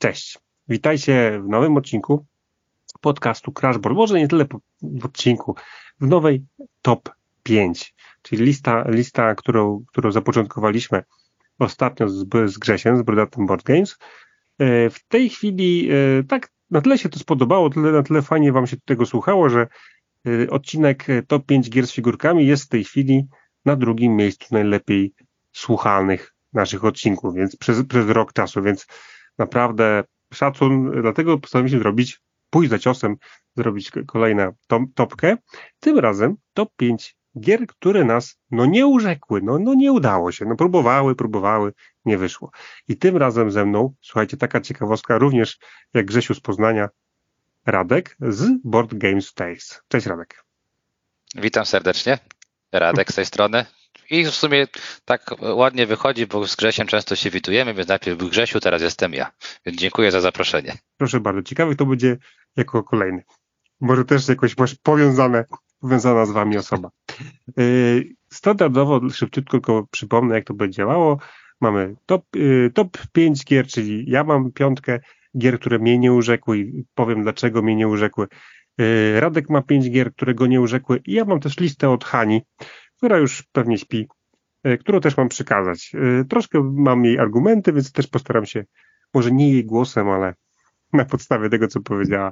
Cześć, witajcie w nowym odcinku podcastu Crashboard. Może nie tyle w odcinku, w nowej top 5, czyli lista którą zapoczątkowaliśmy ostatnio z Grzesiem, z Brodatym Board Games. W tej chwili tak na tyle się to spodobało, na tyle fajnie wam się tego słuchało, że odcinek top 5 gier z figurkami jest w tej chwili na drugim miejscu najlepiej słuchanych naszych odcinków, więc przez rok czasu, więc naprawdę szacun, dlatego postanowiliśmy pójść za ciosem, zrobić kolejną topkę. Tym razem top 5 gier, które nas nie urzekły, nie udało się, próbowały, nie wyszło. I tym razem ze mną, słuchajcie, taka ciekawostka, również jak Grzesiu z Poznania, Radek z Board Games Tales. Cześć Radek. Witam serdecznie, Radek z tej strony. I w sumie tak ładnie wychodzi, bo z Grzesiem często się witujemy, więc najpierw był Grzesiu, teraz jestem ja. Więc dziękuję za zaproszenie. Proszę bardzo, ciekawy to będzie jako kolejny. Może też jakoś masz powiązana z wami osoba. Standardowo, szybciutko tylko przypomnę, jak to będzie działało. Mamy top 5 gier, czyli ja mam 5 gier, które mnie nie urzekły i powiem, dlaczego mnie nie urzekły. Radek ma 5 gier, które go nie urzekły i ja mam też listę od Hani, która już pewnie śpi, którą też mam przekazać. Troszkę mam jej argumenty, więc też postaram się, może nie jej głosem, ale na podstawie tego, co powiedziała,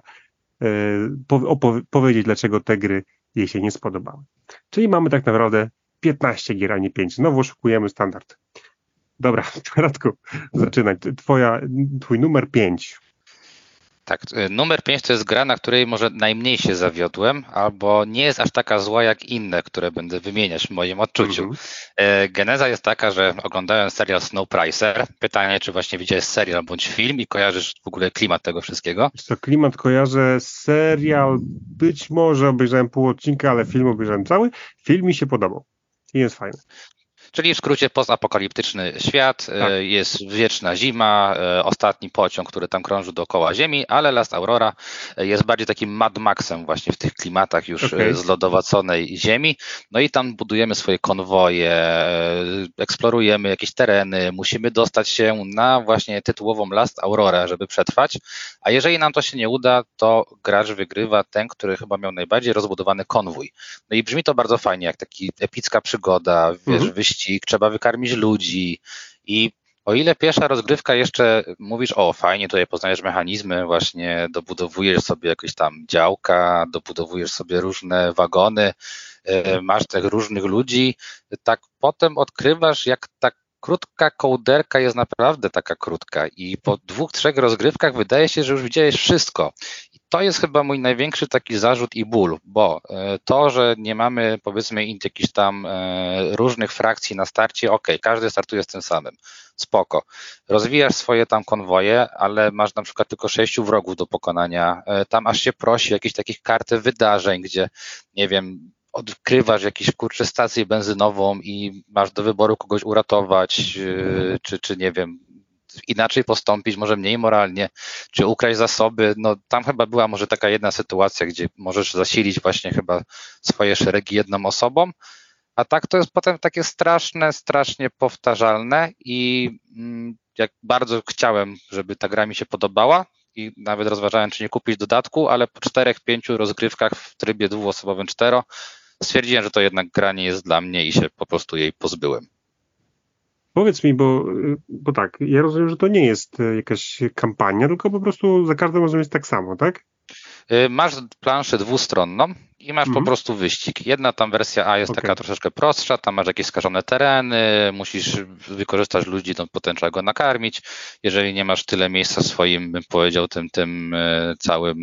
powiedzieć, dlaczego te gry jej się nie spodobały. Czyli mamy tak naprawdę 15 gier, a nie 5. Znowu oszukujemy standard. Dobra, Radku, zaczynaj. Twój numer 5. Tak, numer 5 to jest gra, na której może najmniej się zawiodłem, albo nie jest aż taka zła jak inne, które będę wymieniać w moim odczuciu. Geneza jest taka, że oglądałem serial Snowpiercer. Pytanie, czy właśnie widziałeś serial bądź film i kojarzysz w ogóle klimat tego wszystkiego? Klimat kojarzę, serial być może obejrzałem pół odcinka, ale film obejrzałem cały. Film mi się podobał i jest fajny. Czyli w skrócie postapokaliptyczny świat, tak. Jest wieczna zima, ostatni pociąg, który tam krąży dookoła Ziemi, ale Last Aurora jest bardziej takim Mad Maxem właśnie w tych klimatach już zlodowaconej Ziemi. No i tam budujemy swoje konwoje, eksplorujemy jakieś tereny, musimy dostać się na właśnie tytułową Last Aurorę, żeby przetrwać, a jeżeli nam to się nie uda, to gracz wygrywa ten, który chyba miał najbardziej rozbudowany konwój. No i brzmi to bardzo fajnie, jak taka epicka przygoda, wiesz, wyścig, trzeba wykarmić ludzi i o ile pierwsza rozgrywka jeszcze mówisz, fajnie, tutaj poznajesz mechanizmy, właśnie dobudowujesz sobie jakieś tam działka, dobudowujesz sobie różne wagony, masz tych różnych ludzi, tak potem odkrywasz, jak ta krótka kołderka jest naprawdę taka krótka i po 2-3 rozgrywkach wydaje się, że już widziałeś wszystko. I to jest chyba mój największy taki zarzut i ból, bo to, że nie mamy powiedzmy jakichś tam różnych frakcji na starcie, każdy startuje z tym samym, spoko. Rozwijasz swoje tam konwoje, ale masz na przykład tylko 6 wrogów do pokonania, tam aż się prosi jakieś takich karty wydarzeń, gdzie nie wiem, odkrywasz jakąś stację benzynową i masz do wyboru kogoś uratować, czy nie wiem, inaczej postąpić, może mniej moralnie, czy ukraść zasoby. No tam chyba była może taka jedna sytuacja, gdzie możesz zasilić właśnie chyba swoje szeregi jedną osobą, a tak to jest potem takie strasznie powtarzalne i jak bardzo chciałem, żeby ta gra mi się podobała, i nawet rozważałem, czy nie kupić dodatku, ale po 4-5 rozgrywkach w trybie dwuosobowym 4 stwierdziłem, że to jednak gra nie jest dla mnie i się po prostu jej pozbyłem. Powiedz mi, bo tak, ja rozumiem, że to nie jest jakaś kampania, tylko po prostu za każdym razem jest tak samo, tak? Masz planszę dwustronną i masz po prostu wyścig. Jedna tam wersja A jest taka troszeczkę prostsza, tam masz jakieś skażone tereny, musisz wykorzystać ludzi, to potem trzeba go nakarmić. Jeżeli nie masz tyle miejsca w swoim, bym powiedział, tym całym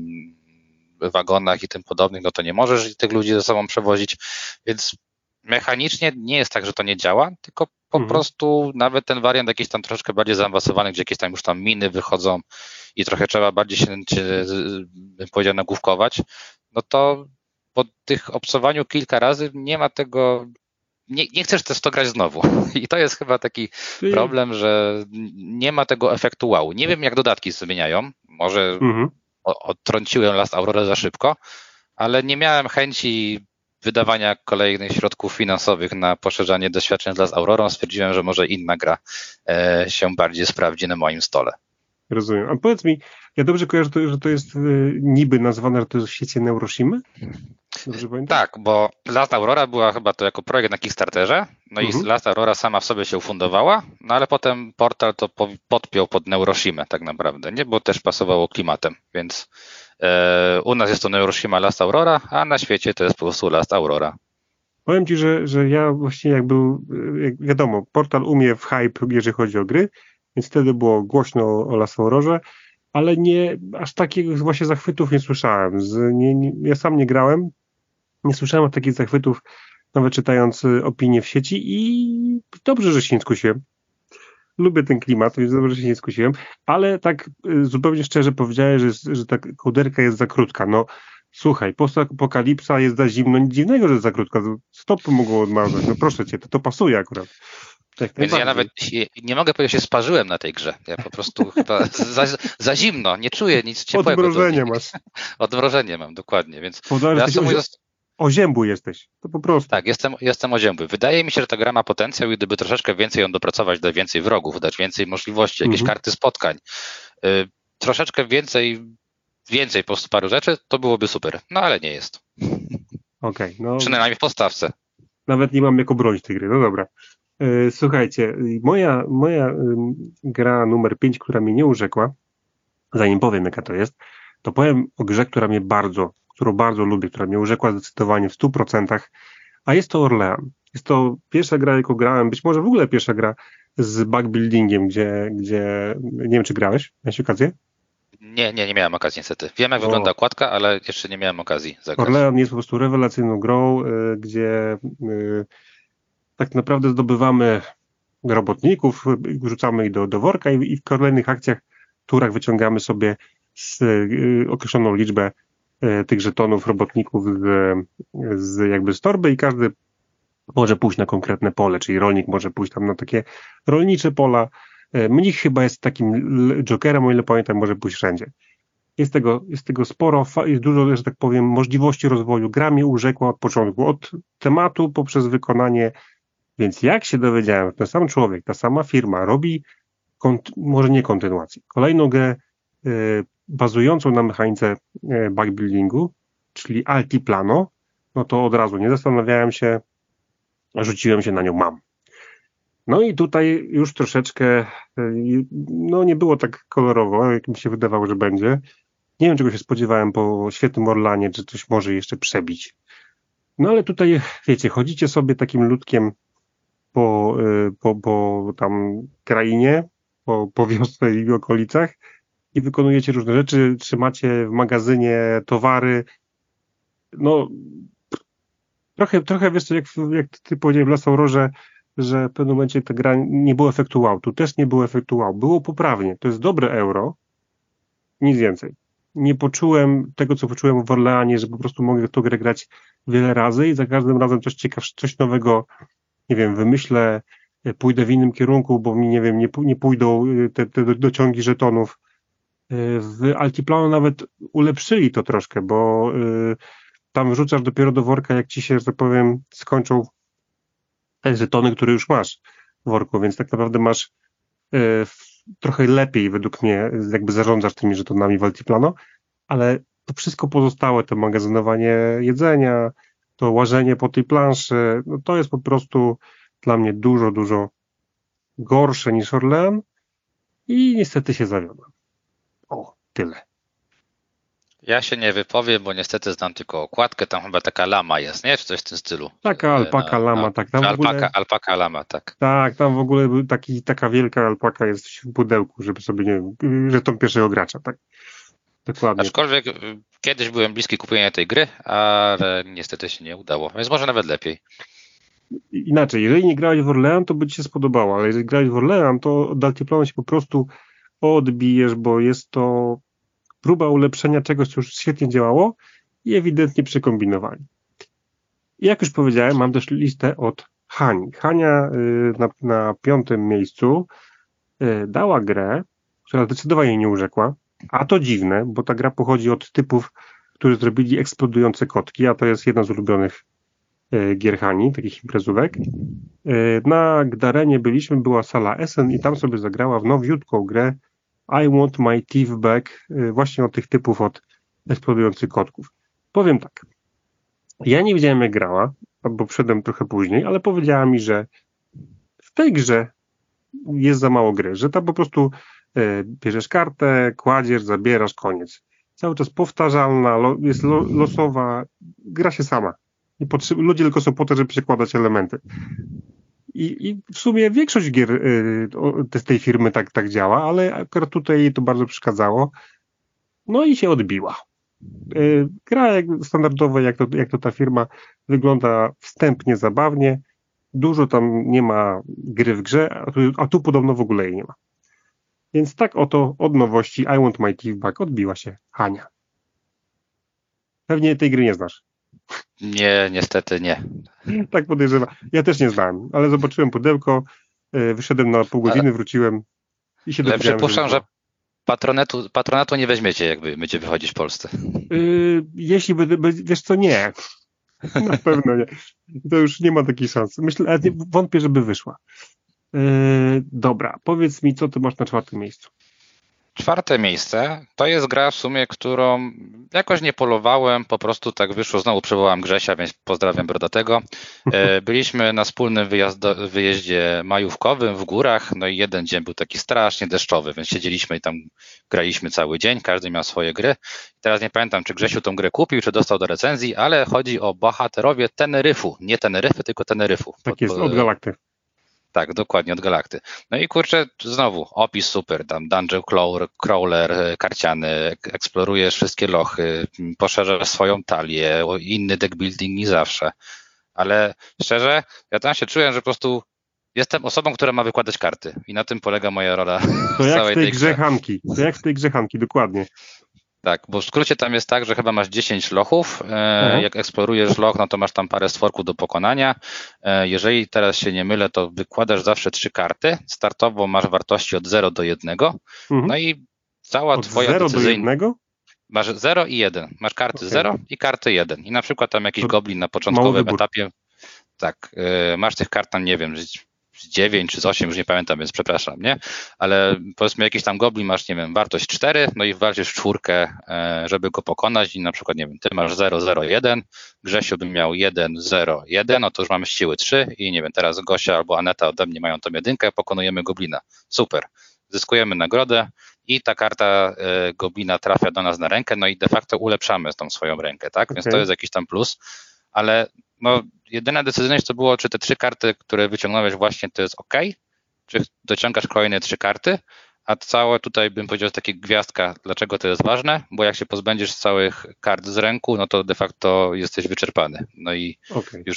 wagonach i tym podobnych, no to nie możesz tych ludzi ze sobą przewozić, więc mechanicznie nie jest tak, że to nie działa, tylko po prostu nawet ten wariant jakiś tam troszkę bardziej zaawansowany, gdzie jakieś tam już tam miny wychodzą i trochę trzeba bardziej się, bym powiedział, nagłówkować, no to po tych obcowaniu kilka razy nie ma tego, nie chcesz też to grać znowu. I to jest chyba taki problem, że nie ma tego efektu wow. Nie wiem, jak dodatki zmieniają, może odtrąciłem Last Aurorę za szybko, ale nie miałem chęci wydawania kolejnych środków finansowych na poszerzanie doświadczeń z Last Aurorą. Stwierdziłem, że może inna gra się bardziej sprawdzi na moim stole. Rozumiem. A powiedz mi, ja dobrze kojarzę, że to jest niby nazwane, że to jest w świecie Neuroshimy? Dobrze pamiętam? Tak, bo Last Aurora była chyba to jako projekt na Kickstarterze, no i Last Aurora sama w sobie się ufundowała, no ale potem portal to podpiął pod Neuroshimę tak naprawdę, nie? Bo też pasowało klimatem, więc u nas jest to Neuroshima Last Aurora, a na świecie to jest po prostu Last Aurora. Powiem Ci, że ja właśnie jak wiadomo, portal umie w hype, jeżeli chodzi o gry, więc wtedy było głośno o Last Aurorze, ale nie, aż takich właśnie zachwytów nie słyszałem. Ja sam nie grałem, nie słyszałem takich zachwytów, nawet czytając opinie w sieci i dobrze, że się nie skusiłem. Lubię ten klimat, więc dobrze, że się nie skusiłem, ale tak zupełnie szczerze powiedziałeś, że ta kołderka jest za krótka. No słuchaj, postapokalipsa jest za zimno, nic dziwnego, że jest za krótka. Stopy mogą odmarzać, no proszę Cię, to pasuje akurat. Tak, więc ja nawet nie mogę powiedzieć, że się sparzyłem na tej grze. Ja po prostu chyba za zimno, nie czuję nic ciepłego. Odmrożenie masz. Odmrożenie mam, dokładnie. Więc oziębły jesteś, to po prostu. Tak, jestem oziębły. Wydaje mi się, że ta gra ma potencjał i gdyby troszeczkę więcej ją dopracować, dać więcej wrogów, dać więcej możliwości, jakieś karty spotkań, troszeczkę więcej po prostu paru rzeczy, to byłoby super. No ale nie jest. Okej, no. Przynajmniej w podstawce. Nawet nie mam jako bronić tej gry, no dobra. Słuchajcie, moja gra numer 5, która mnie nie urzekła, zanim powiem jaka to jest, to powiem o grze, którą bardzo lubię, która mnie urzekła zdecydowanie w 100%, a jest to Orlean. Jest to pierwsza gra, jaką grałem, być może w ogóle pierwsza gra z backbuildingiem, gdzie nie wiem, czy grałeś? Miałeś okazję? Nie miałem okazji niestety. Wiem, jak wygląda okładka, ale jeszcze nie miałem okazji zagrać. Orlean jest po prostu rewelacyjną grą, gdzie tak naprawdę zdobywamy robotników, wrzucamy ich do worka i w kolejnych akcjach, turach wyciągamy sobie określoną liczbę tych żetonów robotników z torby i każdy może pójść na konkretne pole, czyli rolnik może pójść tam na takie rolnicze pola. Mnich chyba jest takim jokerem, o ile pamiętam, może pójść wszędzie. Jest tego sporo, jest dużo, że tak powiem, możliwości rozwoju. Gra mnie urzekła od początku, od tematu poprzez wykonanie. Więc jak się dowiedziałem, że ten sam człowiek, ta sama firma robi, może nie kontynuację, kolejną grę bazującą na mechanice backbuildingu, czyli Altiplano, no to od razu nie zastanawiałem się, rzuciłem się na nią, mam. No i tutaj już troszeczkę, no nie było tak kolorowo, jak mi się wydawało, że będzie. Nie wiem, czego się spodziewałem po świetnym Orlanie, czy coś może jeszcze przebić. No ale tutaj, wiecie, chodzicie sobie takim ludkiem po tam krainie, po wiosce i okolicach i wykonujecie różne rzeczy, trzymacie w magazynie towary. No trochę wiesz co, jak ty powiedziałeś w Last Aurorze, że w pewnym momencie ta gra nie było efektu wow. Tu też nie było efektu wow. Było poprawnie. To jest dobre euro, nic więcej. Nie poczułem tego, co poczułem w Orleanie, że po prostu mogę w tą grę grać wiele razy i za każdym razem coś nowego, nie wiem, wymyślę, pójdę w innym kierunku, bo mi, nie wiem, nie pójdą te dociągi żetonów. W Altiplano nawet ulepszyli to troszkę, bo tam wrzucasz dopiero do worka, jak ci się, że tak powiem, skończą te żetony, które już masz w worku, więc tak naprawdę masz trochę lepiej, według mnie, jakby zarządzasz tymi żetonami w Altiplano, ale to wszystko pozostałe, to magazynowanie jedzenia, to łażenie po tej planszy, no to jest po prostu dla mnie dużo, dużo gorsze niż Orlean i niestety się zawiodłem. O, tyle. Ja się nie wypowiem, bo niestety znam tylko okładkę, tam chyba taka lama jest, nie? Czy coś w tym stylu? Taka alpaka lama, tak. Tam alpaka lama, tak. Tak, tam w ogóle taka wielka alpaka jest w pudełku, żeby sobie, nie wiem, że tą pierwszego gracza, tak. Dokładnie. Aczkolwiek kiedyś byłem bliski kupienia tej gry, ale niestety się nie udało, więc może nawet lepiej. Inaczej, jeżeli nie grałeś w Orlean, to by ci się spodobało, ale jeżeli grałeś w Orlean, to od Altiplano się po prostu odbijesz, bo jest to próba ulepszenia czegoś, co już świetnie działało i ewidentnie przekombinowali. I jak już powiedziałem, mam też listę od Hani. Hania na 5. miejscu dała grę, która zdecydowanie nie urzekła, a to dziwne, bo ta gra pochodzi od typów, którzy zrobili eksplodujące kotki, a to jest jedna z ulubionych gier Hani, takich imprezówek. Na Gdarenie była sala Essen i tam sobie zagrała w nowiutką grę I Want My Teeth Back, właśnie od tych typów od eksplodujących kotków. Powiem tak, ja nie wiedziałem jak grała, bo wszedłem trochę później, ale powiedziała mi, że w tej grze jest za mało gry, że tam po prostu bierzesz kartę, kładziesz, zabierasz, koniec. Cały czas powtarzalna, jest losowa, gra się sama. Ludzie tylko są po to, żeby przekładać elementy. I w sumie większość gier z tej firmy tak działa, ale akurat tutaj jej to bardzo przeszkadzało. No i się odbiła. Gra standardowa, jak to ta firma wygląda wstępnie, zabawnie. Dużo tam nie ma gry w grze, a tu podobno w ogóle jej nie ma. Więc tak oto od nowości I Want My Teeth Back odbiła się Hania. Pewnie tej gry nie znasz. Nie, niestety nie. Tak podejrzewam. Ja też nie znałem, ale zobaczyłem pudełko, wyszedłem na pół godziny, wróciłem i się dowiedziałem. Przypuszczam, że patronatu nie weźmiecie, jakby będzie wychodzić w Polsce. Jeśli wiesz co, nie. Na pewno nie. To już nie ma takiej szansy. Wątpię, żeby wyszła. Dobra, powiedz mi, co ty masz na 4. miejscu. 4. miejsce to jest gra w sumie, którą jakoś nie polowałem, po prostu tak wyszło, znowu przywołałem Grzesia, więc pozdrawiam Brodatego. Byliśmy na wspólnym wyjeździe majówkowym w górach, no i jeden dzień był taki strasznie deszczowy, więc siedzieliśmy i tam graliśmy cały dzień, każdy miał swoje gry. Teraz nie pamiętam, czy Grzesiu tą grę kupił, czy dostał do recenzji, ale chodzi o bohaterowie Teneryfu, nie Teneryfy, tylko Teneryfu. Tak jest, od Galakty. Tak, dokładnie, od Galakty. No i kurczę, znowu, opis super, tam dungeon crawler, karciany, eksplorujesz wszystkie lochy, poszerzasz swoją talię, inny deck building niż zawsze. Ale szczerze, ja tam się czułem, że po prostu jestem osobą, która ma wykładać karty i na tym polega moja rola to w całej tej grze. To jak w tej grze Hanki, dokładnie. Tak, bo w skrócie tam jest tak, że chyba masz 10 lochów, jak eksplorujesz loch, no to masz tam parę stworków do pokonania. Jeżeli teraz się nie mylę, to wykładasz zawsze 3 karty, startowo masz wartości od 0 do 1, no i cała od twoja 0 do 1? Masz 0 i 1, masz karty 0 i karty 1 i na przykład tam jakiś goblin na Mały początkowym wybór. etapie, tak, masz tych kart tam, nie wiem, z 9 czy z 8, już nie pamiętam, więc przepraszam, nie? Ale powiedzmy jakiś tam goblin masz, nie wiem, wartość 4, no i walczysz 4, żeby go pokonać i na przykład, nie wiem, ty masz 0, 0, 1, Grzesiu by miał 1, 0, 1, no to już mamy siły 3 i nie wiem, teraz Gosia albo Aneta ode mnie mają tą 1, pokonujemy goblina. Super. Zyskujemy nagrodę i ta karta goblina trafia do nas na rękę, no i de facto ulepszamy tą swoją rękę, tak? Więc to jest jakiś tam plus, ale no jedyna decyzyjność to było, czy te 3 karty, które wyciągnąłeś właśnie, to jest OK, czy dociągasz kolejne 3 karty, a całe tutaj bym powiedział takie gwiazdka, dlaczego to jest ważne, bo jak się pozbędziesz całych kart z ręku, no to de facto jesteś wyczerpany, no i już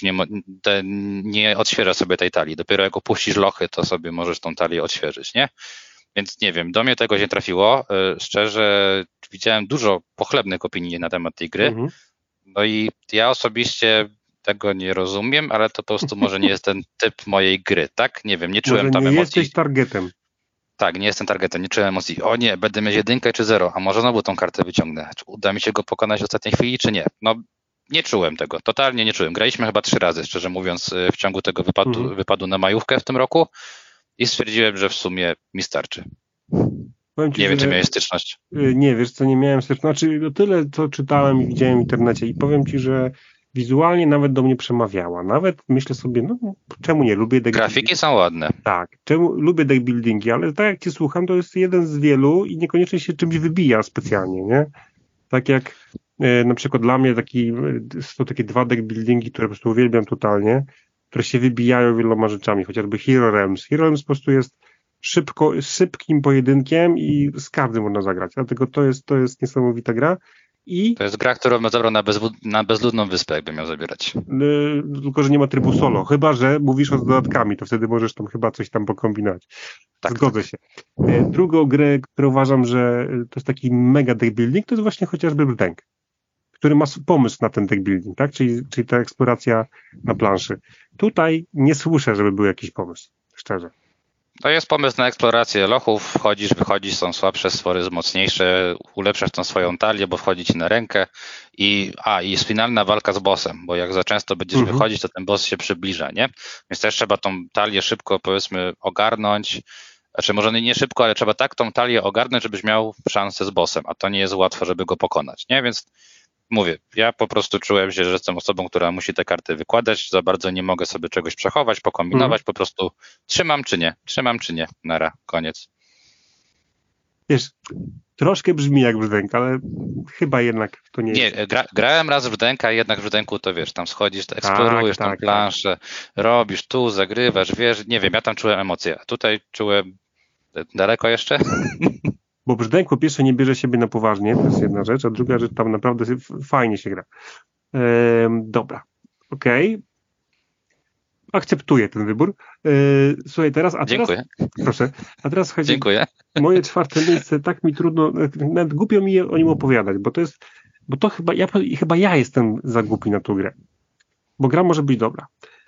nie odświeżasz sobie tej talii, dopiero jak opuścisz lochy, to sobie możesz tą talię odświeżyć, nie? Więc nie wiem, do mnie tego nie trafiło, szczerze widziałem dużo pochlebnych opinii na temat tej gry, no i ja osobiście tego nie rozumiem, ale to po prostu może nie jest ten typ mojej gry, tak? Nie wiem, nie czułem tam emocji. Nie jesteś targetem. Tak, nie jestem targetem, nie czułem emocji. O nie, będę mieć 1 czy 0, a może znowu tą kartę wyciągnę. Czy uda mi się go pokonać w ostatniej chwili, czy nie? No, nie czułem tego, totalnie nie czułem. Graliśmy chyba 3 razy, szczerze mówiąc, w ciągu tego wypadu na majówkę w tym roku i stwierdziłem, że w sumie mi starczy. Nie wiem, czy miałeś styczność. Nie, wiesz co, nie miałem styczności. Znaczy, tyle, co czytałem i widziałem w internecie i powiem ci, że wizualnie nawet do mnie przemawiała. Nawet myślę sobie, no czemu nie lubię deck Grafiki buildingi. są ładne. Tak, lubię deck buildingi, ale tak jak cię słucham, to jest jeden z wielu i niekoniecznie się czymś wybija specjalnie, nie? Tak jak na przykład dla mnie są takie 2 deck buildingi, które po prostu uwielbiam totalnie, które się wybijają wieloma rzeczami, chociażby Hero Realms. Hero Realms po prostu jest szybkim pojedynkiem i z każdym można zagrać, dlatego to jest niesamowita gra. To jest gra, którą zabrał na bezludną wyspę, jakby miał zabierać. Tylko, że nie ma trybu solo, chyba, że mówisz o dodatkami, to wtedy możesz tam chyba coś tam pokombinować. Tak, Zgodzę się. Drugą grę, którą uważam, że to jest taki mega deck building, to jest właśnie chociażby Brtank, który ma pomysł na ten deck building, tak? Czyli ta eksploracja na planszy. Tutaj nie słyszę, żeby był jakiś pomysł, szczerze. To jest pomysł na eksplorację lochów, wchodzisz, wychodzisz, są słabsze stwory, mocniejsze, ulepszasz tą swoją talię, bo wchodzi ci na rękę i jest finalna walka z bossem, bo jak za często będziesz wychodzić, to ten boss się przybliża, nie? Więc też trzeba tą talię szybko, powiedzmy, ogarnąć, Znaczy może nie szybko, ale trzeba tak tą talię ogarnąć, żebyś miał szansę z bossem, a to nie jest łatwo, żeby go pokonać, nie? Więc mówię, ja po prostu czułem się, że jestem osobą, która musi te karty wykładać, za bardzo nie mogę sobie czegoś przechować, pokombinować, po prostu trzymam czy nie, nara, koniec. Wiesz, troszkę brzmi jak brzdęk, ale chyba jednak to nie jest. Nie, grałem raz w brzdęka, jednak w brzdęku to wiesz, tam schodzisz, eksplorujesz tą planszę, robisz tu, zagrywasz, wiesz, nie wiem, ja tam czułem emocje, a tutaj czułem daleko jeszcze. Bo brzdęk po pierwsze nie bierze siebie na poważnie, to jest jedna rzecz, a druga rzecz, tam naprawdę fajnie się gra. Dobra, okej. Akceptuję ten wybór. Słuchaj, teraz... Dziękuję. Proszę. A teraz chodzi... Dziękuję. Moje czwarte miejsce, tak mi trudno, nawet głupio mi o nim opowiadać, bo to chyba ja jestem za głupi na tą grę. Bo gra może być dobra.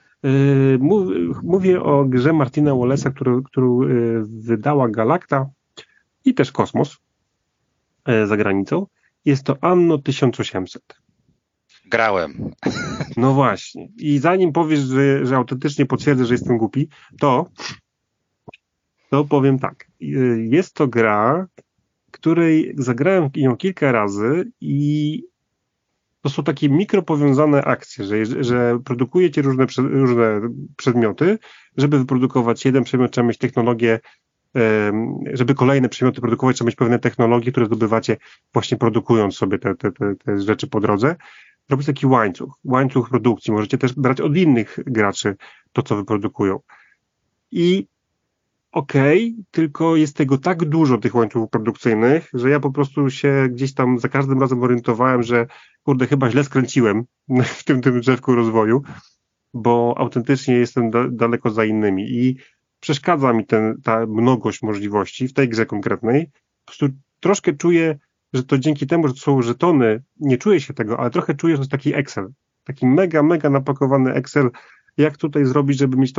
Mówię o grze Martina Wallace'a, którą wydała Galacta i też Kosmos za granicą. Jest to Anno 1800. Grałem. No właśnie. I zanim powiesz, że autentycznie potwierdzę, że jestem głupi, to powiem tak. Jest to gra, której zagrałem ją kilka razy i to są takie mikropowiązane akcje, że produkujecie różne przedmioty, żeby wyprodukować jeden przedmiot, trzeba mieć technologię, żeby kolejne przedmioty produkować, trzeba mieć pewne technologie, które zdobywacie właśnie produkując sobie te rzeczy po drodze. Robić taki łańcuch produkcji. Możecie też brać od innych graczy to, co wyprodukują. I tylko jest tego tak dużo, tych łańcuchów produkcyjnych, że ja po prostu się gdzieś tam za każdym razem orientowałem, że kurde, chyba źle skręciłem w tym drzewku rozwoju, bo autentycznie jestem daleko za innymi i przeszkadza mi ta mnogość możliwości w tej grze konkretnej. Po prostu troszkę czuję, że to dzięki temu, że to są żetony, nie czuję się tego, ale trochę czuję, że to jest taki Excel. Taki mega, mega napakowany Excel, jak tutaj zrobić, żeby mieć to.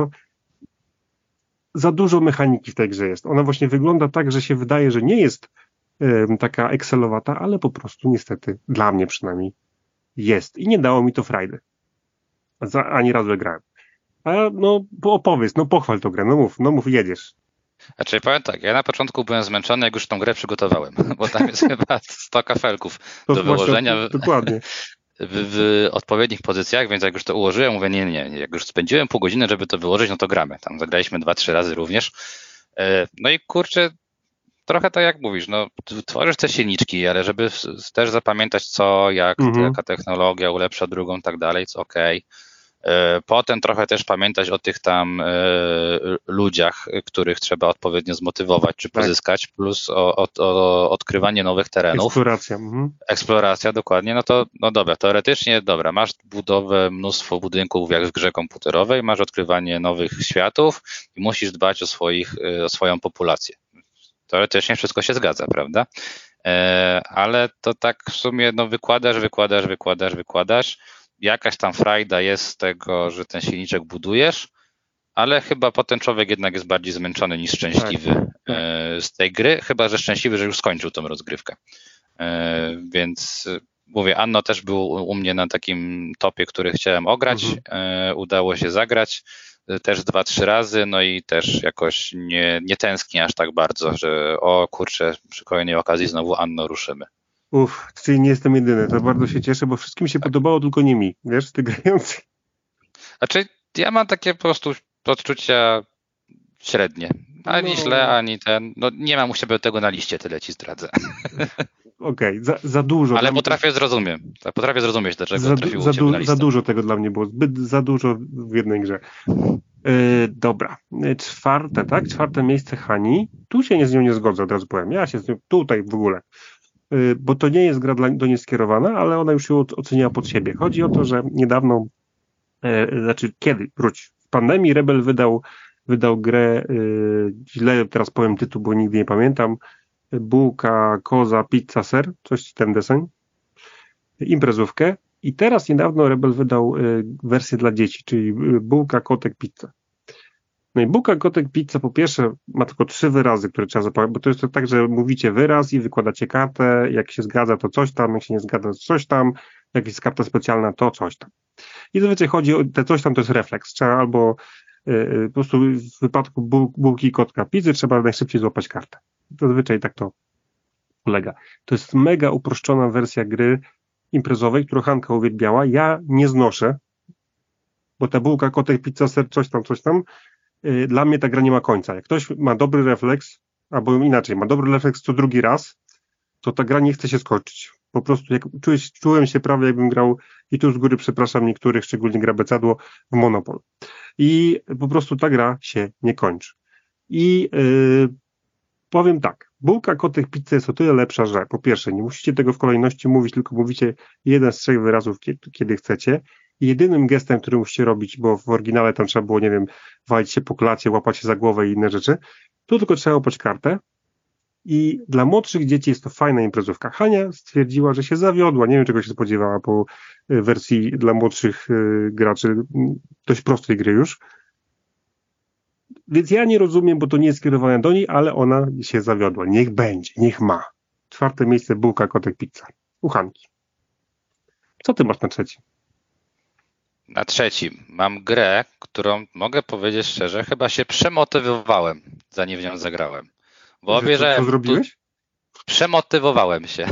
Za dużo mechaniki w tej grze jest. Ona właśnie wygląda tak, że się wydaje, że nie jest taka Excelowata, ale po prostu niestety, dla mnie przynajmniej, jest. I nie dało mi to frajdy. Ani razu grałem. A opowiedz, pochwal tą grę, no mów, jedziesz. Znaczy powiem tak, ja na początku byłem zmęczony, jak już tą grę przygotowałem, bo tam jest chyba 100 kafelków do wyłożenia. Dokładnie. W odpowiednich pozycjach, więc jak już to ułożyłem, mówię nie, jak już spędziłem pół godziny, żeby to wyłożyć, no to gramy. Tam zagraliśmy 2-3 razy również. No i kurczę, trochę tak jak mówisz, tworzysz te silniczki, ale żeby też zapamiętać co, jak, jaka technologia ulepsza drugą, tak dalej, co okej. Potem trochę też pamiętać o tych tam ludziach, których trzeba odpowiednio zmotywować czy pozyskać, plus o odkrywanie nowych terenów. Eksploracja. Eksploracja, dokładnie. No dobra, teoretycznie dobra, masz budowę, mnóstwo budynków jak w grze komputerowej, masz odkrywanie nowych światów i musisz dbać o swoją populację. Teoretycznie wszystko się zgadza, prawda? Ale to tak w sumie wykładasz. Jakaś tam frajda jest z tego, że ten silniczek budujesz, ale chyba potem człowiek jednak jest bardziej zmęczony niż szczęśliwy z tej gry, chyba że szczęśliwy, że już skończył tą rozgrywkę. Więc mówię, Anno też był u mnie na takim topie, który chciałem ograć, udało się zagrać też 2-3 razy, no i też jakoś nie tęsknię aż tak bardzo, że o kurczę, przy kolejnej okazji znowu Anno ruszymy. Czyli nie jestem jedyny, to bardzo się cieszę, bo wszystkim się podobało, tylko nie mi, wiesz, ty grający. Znaczy, ja mam takie po prostu odczucia średnie, ani źle, ani nie mam u siebie tego na liście, tyle ci zdradzę. Okej, za dużo. Ale potrafię zrozumieć, dlaczego trafiło u ciebie na listę. Za dużo tego dla mnie było, zbyt za dużo w jednej grze. Dobra, czwarte miejsce Hani. Tu się z nią nie zgodzę, od razu powiem. Ja się z nią tutaj w ogóle. Bo to nie jest gra do niej skierowana, ale ona już ją oceniła pod siebie. Chodzi o to, że niedawno, w pandemii Rebel wydał grę, źle teraz powiem tytuł, bo nigdy nie pamiętam, bułka, koza, pizza, ser, coś ten deseń, imprezówkę i teraz niedawno Rebel wydał wersję dla dzieci, czyli bułka, kotek, pizza. No i bułka, kotek, pizza po pierwsze ma tylko 3 wyrazy, które trzeba zapamiętać, bo to jest tak, że mówicie wyraz i wykładacie kartę, jak się zgadza to coś tam, jak się nie zgadza to coś tam, jak jest karta specjalna to coś tam. I zazwyczaj chodzi o te coś tam, to jest refleks, trzeba albo Po prostu w wypadku bułki, kotka, pizzy trzeba najszybciej złapać kartę. Zazwyczaj tak to polega. To jest mega uproszczona wersja gry imprezowej, którą Hanka uwielbiała. Ja nie znoszę, bo ta bułka, kotek, pizza, ser, coś tam, dla mnie ta gra nie ma końca. Jak ktoś ma dobry refleks, albo inaczej, ma dobry refleks co drugi raz, to ta gra nie chce się skończyć. Po prostu jak czułem się prawie jakbym grał, i tu z góry przepraszam niektórych, szczególnie gra Becadło, w Monopol. I po prostu ta gra się nie kończy. I powiem tak, bułka, kotek, pizza jest o tyle lepsza, że po pierwsze, nie musicie tego w kolejności mówić, tylko mówicie jeden z 3 wyrazów, kiedy chcecie. I jedynym gestem, który musicie robić, bo w oryginale tam trzeba było, nie wiem, walić się po klacie, łapać się za głowę i inne rzeczy, tu tylko trzeba łapać kartę. I dla młodszych dzieci jest to fajna imprezówka. Hania stwierdziła, że się zawiodła. Nie wiem, czego się spodziewała po wersji dla młodszych graczy, dość prostej gry już. Więc ja nie rozumiem, bo to nie jest skierowane do niej, ale ona się zawiodła. Niech będzie, niech ma. 4. miejsce bułka, kotek, pizza. U Hanki. Co ty masz na 3? Na 3 mam grę, którą mogę powiedzieć szczerze, chyba się przemotywowałem, zanim w nią zagrałem. Bo Co zrobiłeś? Przemotywowałem się.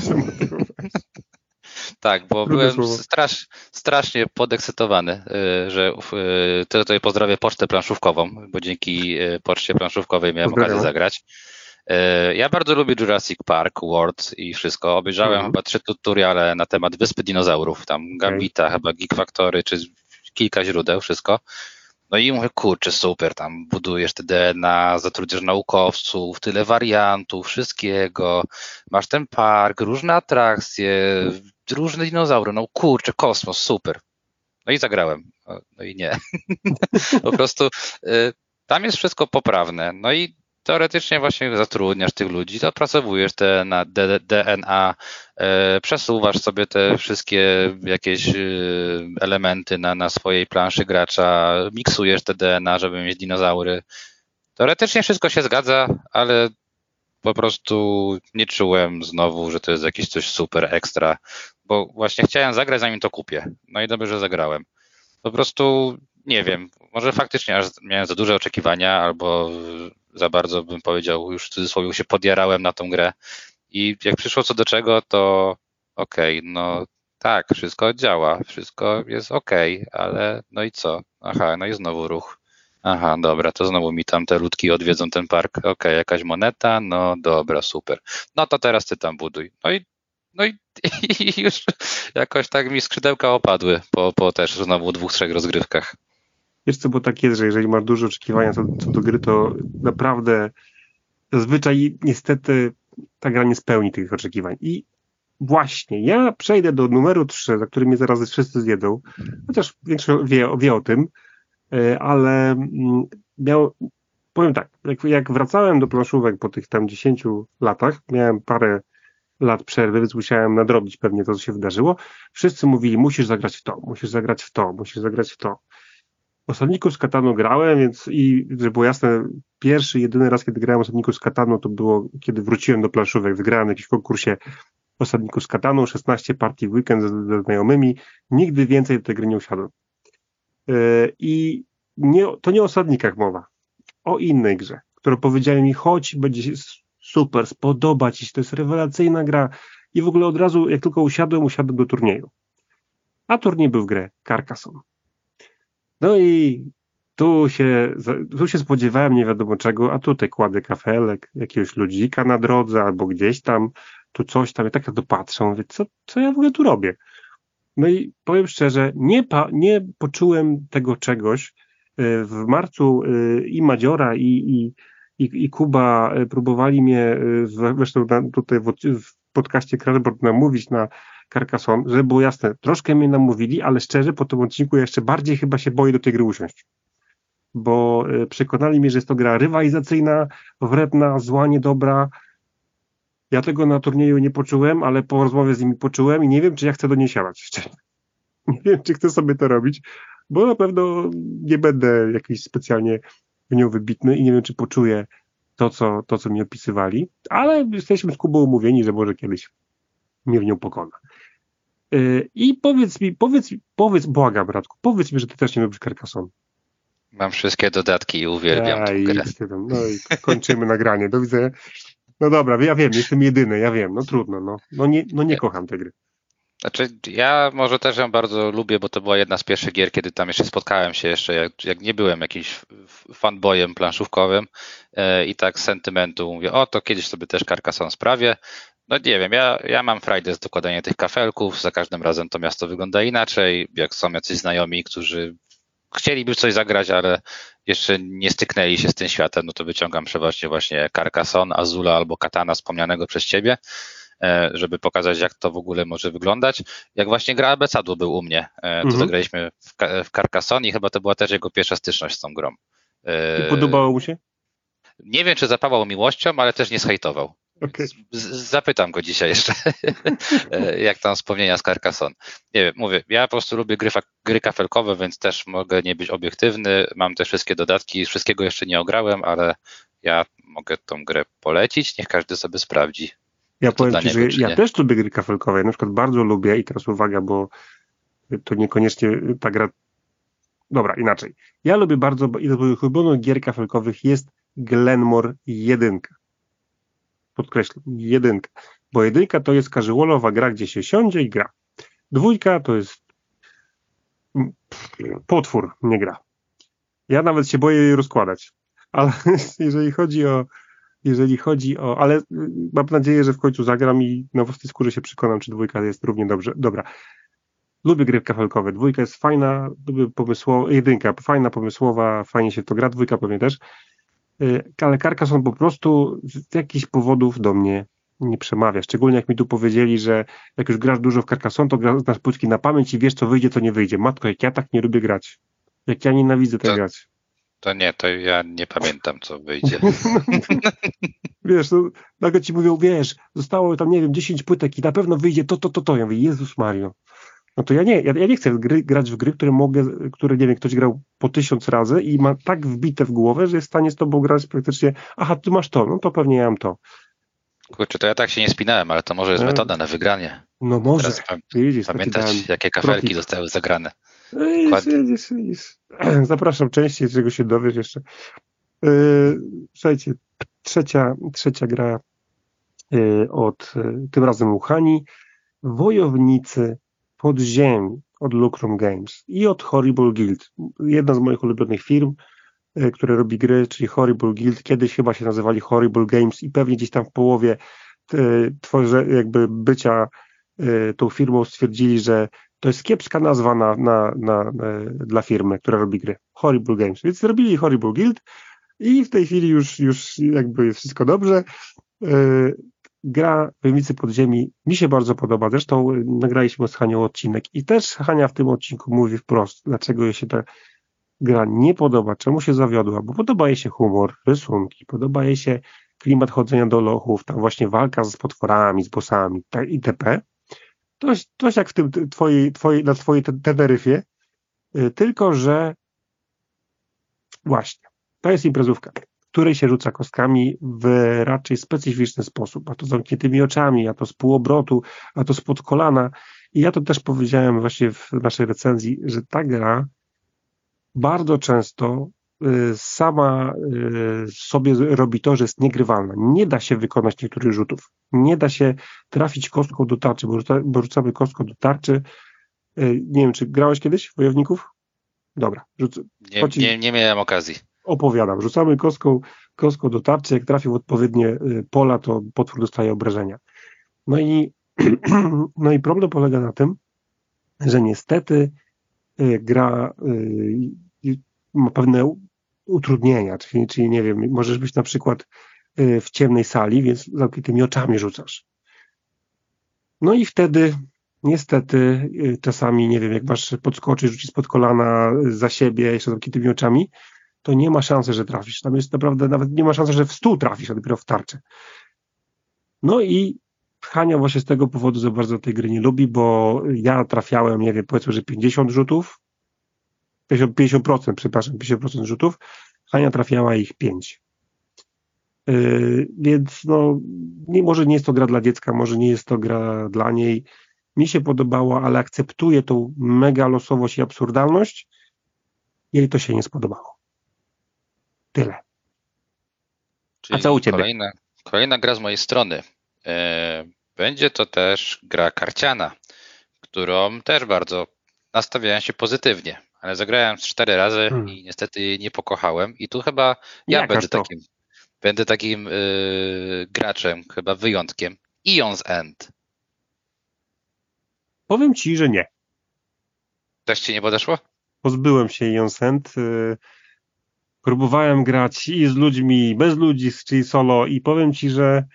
Tak, bo byłem strasznie podekscytowany, że tutaj pozdrawię Pocztę Planszówkową, bo dzięki Poczcie Planszówkowej miałem okazję zagrać. Ja bardzo lubię Jurassic Park, World i wszystko. Obejrzałem chyba 3 tutoriale na temat Wyspy Dinozaurów, tam Gambita, chyba Geek Factory, czy kilka źródeł, wszystko. No i mówię, kurczę, super, tam budujesz te DNA, zatrudniasz naukowców, tyle wariantów, wszystkiego, masz ten park, różne atrakcje, różne dinozaury, no kurczę, kosmos, super. No i zagrałem, no i nie. Po prostu tam jest wszystko poprawne, no i teoretycznie właśnie zatrudniasz tych ludzi, opracowujesz te DNA, przesuwasz sobie te wszystkie jakieś elementy na swojej planszy gracza, miksujesz te DNA, żeby mieć dinozaury. Teoretycznie wszystko się zgadza, ale po prostu nie czułem znowu, że to jest jakieś coś super ekstra, bo właśnie chciałem zagrać, zanim to kupię. No i dobrze, że zagrałem. Po prostu nie wiem, może faktycznie aż miałem za duże oczekiwania, albo za bardzo bym powiedział, już w cudzysłowie się podjarałem na tą grę i jak przyszło co do czego, to okej, no tak, wszystko działa, wszystko jest okej, ale no i co? Aha, no i znowu ruch. Aha, dobra, to znowu mi tam te ludki odwiedzą ten park. Okej, jakaś moneta, no dobra, super. No to teraz ty tam buduj. No i już jakoś tak mi skrzydełka opadły po też znowu 2-3 rozgrywkach. Wiesz co, bo tak jest, że jeżeli masz duże oczekiwania co do gry, to naprawdę zazwyczaj niestety ta gra nie spełni tych oczekiwań. I właśnie, ja przejdę do numeru 3, za który mnie zaraz wszyscy zjedzą, chociaż większość wie o tym, ale powiem tak, jak wracałem do planszówek po tych tam 10 latach, miałem parę lat przerwy, więc musiałem nadrobić pewnie to, co się wydarzyło. Wszyscy mówili, musisz zagrać w to, musisz zagrać w to, musisz zagrać w to. Osadników z Katanu grałem, więc i żeby było jasne, jedyny raz, kiedy grałem Osadników z Katanu, to było, kiedy wróciłem do planszówek, wygrałem w jakimś konkursie Osadników z Katanu, 16 partii w weekend ze znajomymi, nigdy więcej do tej gry nie usiadłem. I to nie o Osadnikach mowa, o innej grze, którą powiedziałem mi, chodź, będzie super, spodoba ci się, to jest rewelacyjna gra. I w ogóle od razu, jak tylko usiadłem do turnieju. A turniej był w grę Carcassonne. No i tu się spodziewałem nie wiadomo czego, a tutaj kładę kafelek, jakiegoś ludzika na drodze, albo gdzieś tam, tu coś tam, ja tak na to patrzę, mówię, co ja w ogóle tu robię? No i powiem szczerze, nie poczułem tego czegoś. W marcu i Madziora, i Kuba próbowali mnie, zresztą tutaj w podcaście Crashboard namówić na Carcassonne, żeby było jasne, troszkę mnie namówili, ale szczerze po tym odcinku ja jeszcze bardziej chyba się boję do tej gry usiąść. Bo przekonali mnie, że jest to gra rywalizacyjna, wredna, zła, niedobra. Ja tego na turnieju nie poczułem, ale po rozmowie z nimi poczułem i nie wiem, czy ja chcę do niej siadać. Szczerze. Nie wiem, czy chcę sobie to robić, bo na pewno nie będę jakiś specjalnie w nią wybitny i nie wiem, czy poczuję to, co mi opisywali, ale jesteśmy z Kubą umówieni, że może kiedyś mnie w nią pokona. I powiedz, błagam, Radku, powiedz mi, że ty też nie lubisz Carcassonne. Mam wszystkie dodatki i uwielbiam tę grę. No i kończymy nagranie. Do widzenia. No dobra, ja wiem, jestem jedyny, ja wiem, no trudno, no nie kocham tej gry. Znaczy, ja może też ją bardzo lubię, bo to była jedna z pierwszych gier, kiedy tam jeszcze spotkałem się jak nie byłem jakimś fanboyem planszówkowym i tak z sentymentu mówię, to kiedyś sobie też Carcassonne sprawię. No nie wiem, ja mam frajdę z dokładania tych kafelków, za każdym razem to miasto wygląda inaczej, jak są jacyś znajomi, którzy chcieliby w coś zagrać, ale jeszcze nie styknęli się z tym światem, no to wyciągam przeważnie właśnie Carcassonne, Azula albo Katana wspomnianego przez ciebie, żeby pokazać, jak to w ogóle może wyglądać. Jak właśnie gra Abecadło był u mnie, to zagraliśmy w Carcassonne i chyba to była też jego pierwsza styczność z tą grą. I podobało mu się? Nie wiem, czy zapawał miłością, ale też nie zhejtował. Okay. Zapytam go dzisiaj jeszcze, jak tam wspomnienia z Carcassonne. Nie wiem, mówię, ja po prostu lubię gry kafelkowe, więc też mogę nie być obiektywny. Mam te wszystkie dodatki, wszystkiego jeszcze nie ograłem, ale ja mogę tą grę polecić, niech każdy sobie sprawdzi. Ja powiem ci, że ja też lubię gry kafelkowe. Ja na przykład bardzo lubię, i teraz uwaga, bo to niekoniecznie ta gra... Dobra, inaczej. Ja lubię bardzo, i do moich ulubionych gier kafelkowych jest Glenmore 1. Podkreślam, 1. Bo 1 to jest casualowa gra, gdzie się siądzie i gra. 2 to jest potwór, nie gra. Ja nawet się boję jej rozkładać. Ale jeżeli chodzi o... Ale mam nadzieję, że w końcu zagram i na własnej skórze się przekonam, czy 2 jest równie dobrze. Dobra. Lubię gry kafelkowe. 2 jest fajna, lubię pomysłowa, 1 fajna, pomysłowa, fajnie się to gra, 2 pewnie też. Ale Carcassonne po prostu z jakichś powodów do mnie nie przemawia. Szczególnie jak mi tu powiedzieli, że jak już grasz dużo w Carcassonne, to znasz płytki na pamięć i wiesz, co wyjdzie, co nie wyjdzie. Matko, jak ja tak nie lubię grać. Jak ja nienawidzę tak grać. To ja nie pamiętam, co wyjdzie. Wiesz, nagle ci mówią, wiesz, zostało tam, nie wiem, 10 płytek i na pewno wyjdzie to. Ja mówię, Jezus Mario. No to ja nie chcę grać w gry, które nie wiem, ktoś grał po 1000 razy i ma tak wbite w głowę, że jest w stanie z tobą grać praktycznie, aha, ty masz to, no to pewnie ja mam to. Kurczę, to ja tak się nie spinałem, ale to może jest metoda na wygranie. No może. Widzisz, pamiętać, jakie kafelki zostały zagrane. Widzisz. Zapraszam częściej, czego się dowiesz jeszcze. Słuchajcie, trzecia gra tym razem u Hani. Wojownicy Podziemi od Lucrum Games i od Horrible Guild. Jedna z moich ulubionych firm, które robi gry, czyli Horrible Guild. Kiedyś chyba się nazywali Horrible Games i pewnie gdzieś tam w połowie jakby bycia tą firmą stwierdzili, że to jest kiepska nazwa dla firmy, która robi gry. Horrible Games. Więc zrobili Horrible Guild i w tej chwili już jakby jest wszystko dobrze. Gra Wojownicy Podziemi mi się bardzo podoba. Zresztą nagraliśmy z Hanią odcinek i też Hania w tym odcinku mówi wprost, dlaczego jej się ta gra nie podoba, czemu się zawiodła, bo podoba jej się humor, rysunki, podoba jej się klimat chodzenia do lochów, tam właśnie walka z potworami, z bossami itp. To jak w tym na twojej Teneryfie, tylko że właśnie, to jest imprezówka, w której się rzuca kostkami w raczej specyficzny sposób, a to zamkniętymi oczami, a to z półobrotu, a to spod kolana. I ja to też powiedziałem właśnie w naszej recenzji, że ta gra bardzo często sama sobie robi to, że jest niegrywalna. Nie da się wykonać niektórych rzutów. Nie da się trafić kostką do tarczy, bo rzucamy kostką do tarczy. Nie wiem, czy grałeś kiedyś w Wojowników? Dobra. Nie miałem okazji. Opowiadam. Rzucamy kostką do tarczy. Jak trafi w odpowiednie pola, to potwór dostaje obrażenia. No i problem polega na tym, że niestety gra ma pewne utrudnienia, czyli nie wiem, możesz być na przykład w ciemnej sali, więc zamkniętymi oczami rzucasz. No i wtedy niestety czasami, nie wiem, jak masz podskoczyć, rzucić spod kolana za siebie jeszcze zamkniętymi oczami, to nie ma szansy, że trafisz. Tam jest naprawdę, nawet nie ma szansy, że w stół trafisz, a dopiero w tarczę. No i Hania właśnie z tego powodu za bardzo tej gry nie lubi, bo ja trafiałem, nie wiem, powiedzmy, że 50 rzutów, 50% rzutów, Hania trafiała ich 5. Więc no, może nie jest to gra dla dziecka, może nie jest to gra dla niej. Mi się podobało, ale akceptuję tą mega losowość i absurdalność. Jej to się nie spodobało. Tyle. Czyli a co u ciebie? Kolejna gra z mojej strony. Będzie to też gra karciana, którą też bardzo nastawiałem się pozytywnie, ale zagrałem 4 razy i niestety jej nie pokochałem. I tu chyba ja będę takim graczem, chyba wyjątkiem. Eon's End. Powiem ci, że nie. Też ci nie podeszło? Pozbyłem się Eon's End. Próbowałem grać i z ludźmi, i bez ludzi, czyli solo, i powiem ci, że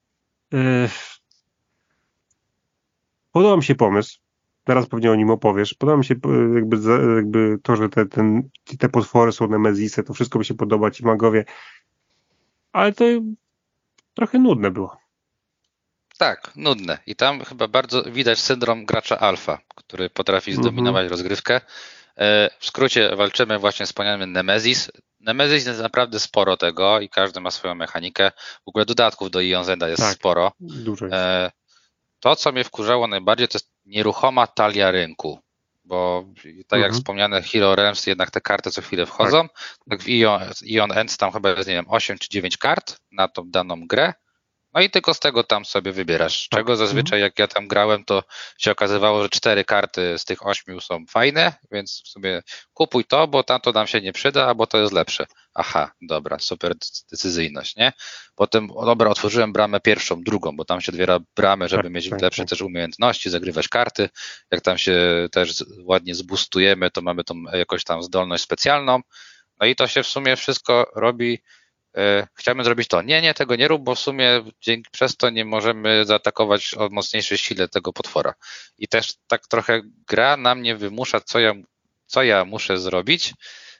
podoba mi się pomysł. Teraz pewnie o nim opowiesz. Podoba mi się jakby to, że te potwory są Nemezisy, to wszystko mi się podoba, ci magowie. Ale to trochę nudne było. Tak, nudne. I tam chyba bardzo widać syndrom gracza alfa, który potrafi zdominować rozgrywkę. W skrócie walczymy właśnie z wspomnianym Nemesis. Nemesis jest naprawdę sporo tego i każdy ma swoją mechanikę. W ogóle dodatków do Eon's Enda jest sporo. Dużo jest. To, co mnie wkurzało najbardziej, to jest nieruchoma talia rynku. Bo tak jak wspomniane Hero Realms, jednak te karty co chwilę wchodzą. Tak w Eon Ends tam chyba jest, nie wiem, 8 czy 9 kart na tą daną grę. No i tylko z tego tam sobie wybierasz. Czego zazwyczaj jak ja tam grałem, to się okazywało, że 4 karty z tych 8 są fajne, więc sobie kupuj to, bo tamto nam się nie przyda, albo to jest lepsze. Aha, dobra, super decyzyjność, nie? Potem, dobra, otworzyłem bramę pierwszą, drugą, bo tam się otwiera bramy, żeby mieć lepsze też umiejętności, zagrywać karty. Jak tam się też ładnie zboostujemy, to mamy tą jakąś tam zdolność specjalną. No i to się w sumie wszystko robi. Chciałbym zrobić to. Nie, tego nie rób, bo w sumie przez to nie możemy zaatakować o mocniejszej sile tego potwora. I też tak trochę gra na mnie wymusza, co ja muszę zrobić.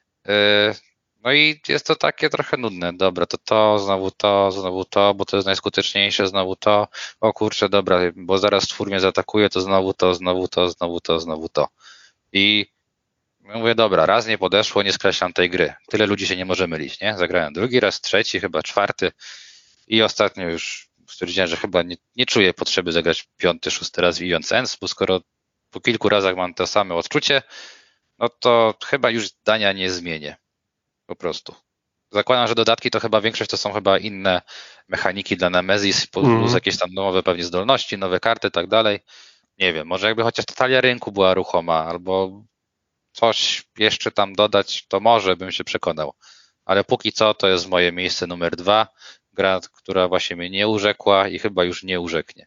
No i jest to takie trochę nudne. Dobra, znowu to, bo to jest najskuteczniejsze, znowu to. O kurczę, dobra, bo zaraz twór mnie zaatakuje, to znowu to. I mówię, dobra, raz nie podeszło, nie skreślam tej gry. Tyle ludzi się nie może mylić, nie? Zagrałem drugi raz, trzeci, chyba 4 i ostatnio już stwierdziłem, że chyba nie czuję potrzeby zagrać 5., 6 raz w Eon's Ends, bo skoro po kilku razach mam to samo odczucie, no to chyba już zdania nie zmienię. Po prostu. Zakładam, że dodatki to chyba większość to są chyba inne mechaniki dla Nemesis, plus jakieś tam nowe pewnie zdolności, nowe karty i tak dalej. Nie wiem, może jakby chociaż ta talia rynku była ruchoma, albo coś jeszcze tam dodać, to może bym się przekonał. Ale póki co to jest moje miejsce numer 2. Gra, która właśnie mnie nie urzekła i chyba już nie urzeknie.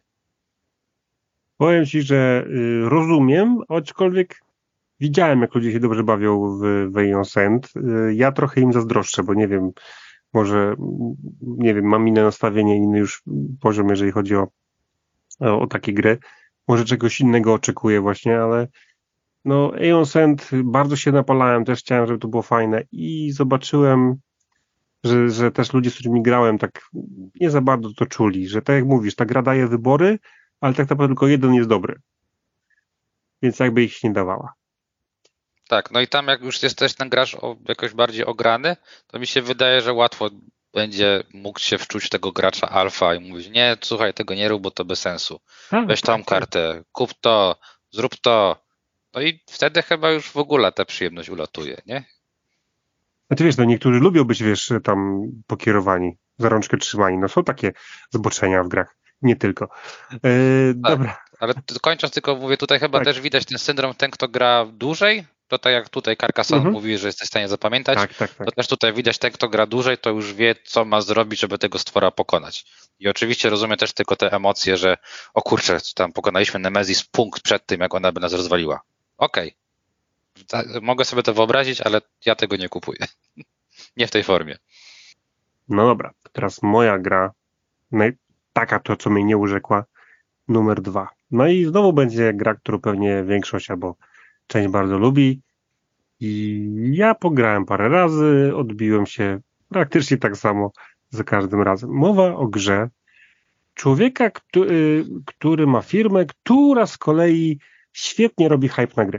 Powiem ci, że rozumiem, aczkolwiek widziałem, jak ludzie się dobrze bawią w Eon's End. Ja trochę im zazdroszczę, bo nie wiem, może, nie wiem, mam inne nastawienie, inny już poziom, jeżeli chodzi o takie gry. Może czegoś innego oczekuję właśnie, ale no Eon's End bardzo się napalałem, też chciałem, żeby to było fajne i zobaczyłem, że też ludzie, z którymi grałem, tak nie za bardzo to czuli, że tak jak mówisz, ta gra daje wybory, ale tak naprawdę tylko jeden jest dobry. Więc jakby ich nie dawała. Tak, no i tam jak już jest też ten gracz jakoś bardziej ograny, to mi się wydaje, że łatwo będzie mógł się wczuć tego gracza alfa i mówić, nie, słuchaj, tego nie rób, bo to bez sensu. Weź tą kartę, kup to, zrób to. No i wtedy chyba już w ogóle ta przyjemność ulatuje, nie? Znaczy wiesz, no niektórzy lubią być, wiesz, tam pokierowani, za rączkę trzymani. No są takie zboczenia w grach, nie tylko. Dobra. Ale kończąc tylko mówię, tutaj chyba też widać ten syndrom, ten kto gra dłużej, to tak jak tutaj Carcassonne mówi, że jesteś w stanie zapamiętać, to też tutaj widać ten kto gra dłużej, to już wie co ma zrobić, żeby tego stwora pokonać. I oczywiście rozumiem też tylko te emocje, że o kurczę, tam pokonaliśmy Nemesis punkt przed tym, jak ona by nas rozwaliła. Okej. Mogę sobie to wyobrazić, ale ja tego nie kupuję. Nie w tej formie. No dobra, teraz moja gra, taka to, co mnie nie urzekła, numer 2. No i znowu będzie gra, którą pewnie większość albo część bardzo lubi. I ja pograłem parę razy, odbiłem się praktycznie tak samo za każdym razem. Mowa o grze człowieka, który ma firmę, która z kolei świetnie robi hype na gry.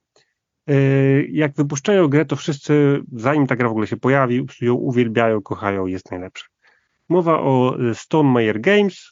Jak wypuszczają grę, to wszyscy, zanim ta gra w ogóle się pojawi, ją uwielbiają, kochają, jest najlepsza. Mowa o Stone Meyer Games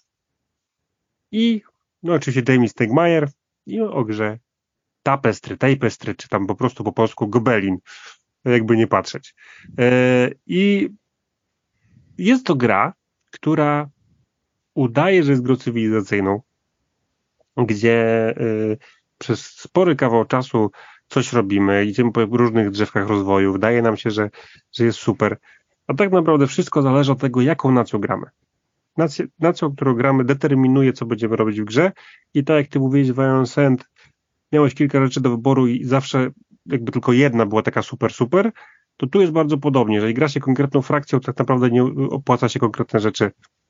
i no oczywiście Jamie Stegmaier i o grze Tapestry, czy tam po prostu po polsku Gobelin. jakby nie patrzeć. I jest to gra, która udaje, że jest grą cywilizacyjną, gdzie przez spory kawał czasu coś robimy, idziemy po różnych drzewkach rozwoju, wydaje nam się, że jest super, a tak naprawdę wszystko zależy od tego, jaką nacją gramy. Nacją, którą gramy, determinuje, co będziemy robić w grze i tak jak ty mówiłeś, Violence End, miałeś kilka rzeczy do wyboru i zawsze jakby tylko jedna była taka super, to tu jest bardzo podobnie. Jeżeli gra się konkretną frakcją, tak naprawdę nie opłaca się konkretne rzeczy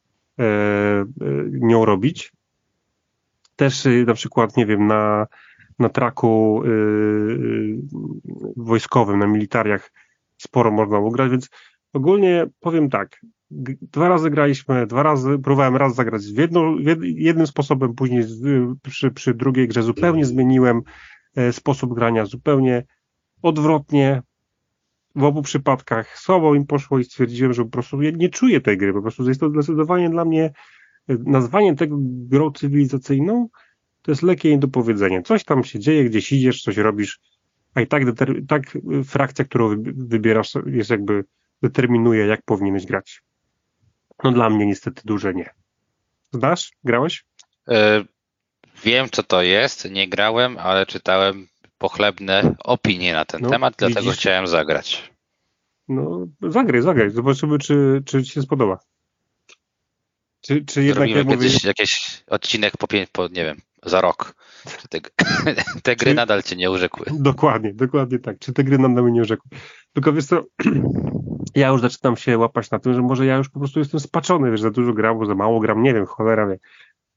nią robić. Też na przykład, nie wiem, na traku wojskowym, na militariach sporo można ugrać, więc ogólnie powiem tak, 2 razy graliśmy, 2 razy, próbowałem raz zagrać jednym sposobem, później przy drugiej grze zupełnie zmieniłem sposób grania, zupełnie odwrotnie. W obu przypadkach słabo im poszło i stwierdziłem, że po prostu ja nie czuję tej gry, po prostu jest to zdecydowanie dla mnie nazwanie tego grą cywilizacyjną to jest lekkie niedopowiedzenie. Coś tam się dzieje, gdzieś idziesz, coś robisz, a i tak frakcja, którą wybierasz jest jakby determinuje, jak powinieneś grać. No dla mnie niestety duże nie. Znasz? Grałeś? Wiem, co to jest, nie grałem, ale czytałem pochlebne opinie na ten temat, dlatego chciałem zagrać. No, zagraj. Zobaczymy, czy ci się spodoba. Czy jednak zrobimy kiedyś jakiś odcinek nie wiem, za rok. Czy te gry nadal cię nie urzekły. Dokładnie tak. Czy te gry nadal mnie nie urzekły. Tylko wiesz co, ja już zaczynam się łapać na tym, że może ja już po prostu jestem spaczony, wiesz, za dużo gram, bo za mało gram, nie wiem, cholera wie.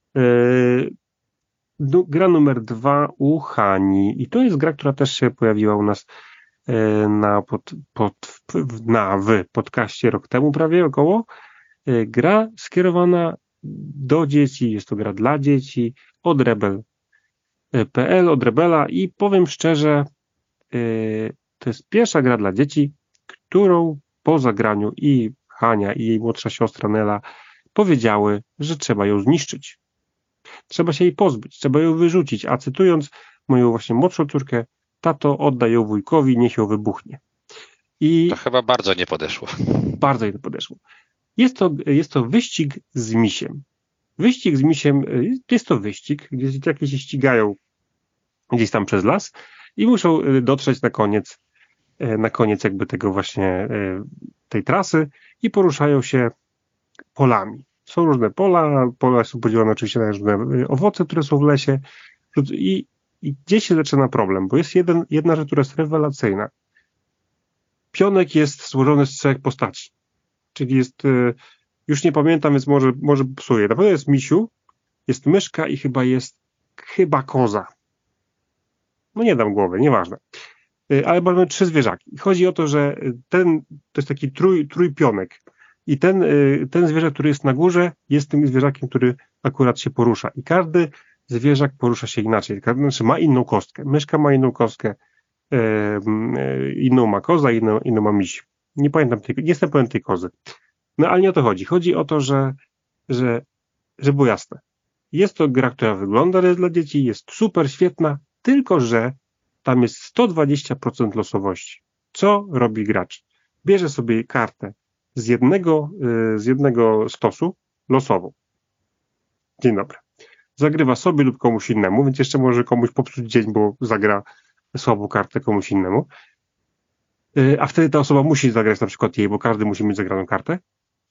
Gra numer 2 u Hani. I to jest gra, która też się pojawiła u nas w podcaście rok temu prawie około. Gra skierowana do dzieci, jest to gra dla dzieci, od Rebel.pl, od Rebela i powiem szczerze, to jest pierwsza gra dla dzieci, którą po zagraniu i Hania i jej młodsza siostra Nela powiedziały, że trzeba ją zniszczyć. Trzeba się jej pozbyć, trzeba ją wyrzucić, a cytując moją właśnie młodszą córkę, tato, oddaj ją wujkowi, niech ją wybuchnie. To chyba bardzo nie podeszło. Bardzo nie podeszło. Jest to wyścig z misiem. Wyścig z misiem, jest to wyścig, gdzie dzieciaki się ścigają gdzieś tam przez las i muszą dotrzeć na koniec jakby tego właśnie tej trasy i poruszają się polami. Są różne pola są podzielone oczywiście na różne owoce, które są w lesie i gdzieś się zaczyna problem, bo jest jedna rzecz, która jest rewelacyjna. Pionek jest złożony z 3 postaci. Czyli jest, już nie pamiętam, więc może psuję. Na pewno jest misiu, jest myszka i chyba koza. No nie dam głowy, nieważne. Ale mamy 3 zwierzaki. Chodzi o to, że to jest taki trójpionek. I ten zwierzak, który jest na górze, jest tym zwierzakiem, który akurat się porusza. I każdy zwierzak porusza się inaczej. Znaczy ma inną kostkę. Myszka ma inną kostkę, inną ma koza, inną ma miś. Nie jestem pewien tej kozy. No ale nie o to chodzi. Chodzi o to, że było jasne. Jest to gra, która wygląda dla dzieci, jest super, świetna, tylko że tam jest 120% losowości. Co robi gracz? Bierze sobie kartę z jednego stosu losową. Dzień dobry. Zagrywa sobie lub komuś innemu, więc jeszcze może komuś popsuć dzień, bo zagra słabą kartę komuś innemu. A wtedy ta osoba musi zagrać na przykład jej, bo każdy musi mieć zagraną kartę.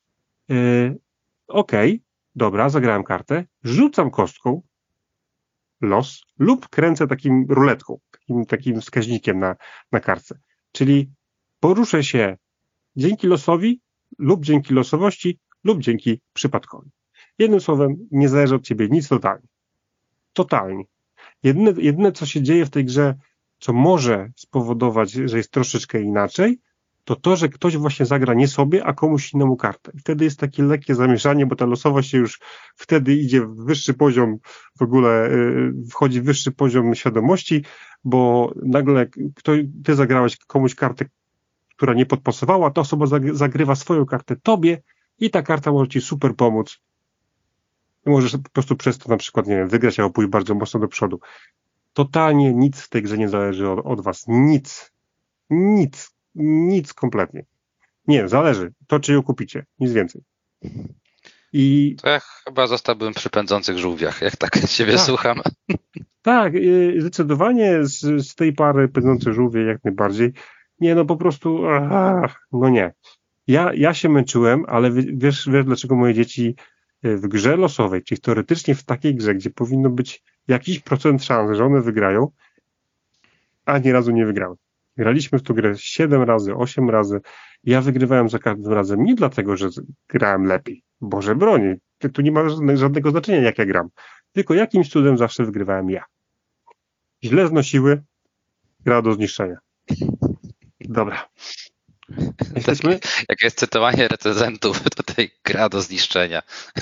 Okej, dobra, zagrałem kartę, rzucam kostką los lub kręcę takim ruletką, takim wskaźnikiem na kartce. Czyli poruszę się dzięki losowi lub dzięki losowości lub dzięki przypadkowi. Jednym słowem, nie zależy od ciebie nic totalnie. Jedyne co się dzieje w tej grze, co może spowodować, że jest troszeczkę inaczej, to, że ktoś właśnie zagra nie sobie, a komuś innemu kartę. I wtedy jest takie lekkie zamieszanie, bo ta losowość się już wtedy idzie w wyższy poziom, w ogóle wchodzi w wyższy poziom świadomości, bo nagle ty zagrałeś komuś kartę, która nie podpasowała, ta osoba zagrywa swoją kartę tobie i ta karta może ci super pomóc. I możesz po prostu przez to na przykład, nie wiem, wygrać albo pójść bardzo mocno do przodu. Totalnie nic w tej grze nie zależy od was. Nic. nic kompletnie. Nie, zależy. To, czy ją kupicie. Nic więcej. I To ja chyba zostałbym przy pędzących żółwiach, jak tak ciebie słucham. Tak, zdecydowanie z tej pary pędzące żółwie jak najbardziej. Nie, no po prostu, no nie. Ja się męczyłem, ale wiesz dlaczego moje dzieci w grze losowej, czyli teoretycznie w takiej grze, gdzie powinno być jakiś procent szans, że one wygrają, ani razu nie wygrały. Graliśmy w tę grę 7 razy, 8 razy. Ja wygrywałem za każdym razem nie dlatego, że grałem lepiej. Boże broni, tu nie ma żadnego znaczenia, jak ja gram. Tylko jakimś cudem zawsze wygrywałem ja. Źle znosiły, gra do zniszczenia. Dobra. Jesteśmy? Jak jest cytowanie recenzentów, tutaj gra do zniszczenia.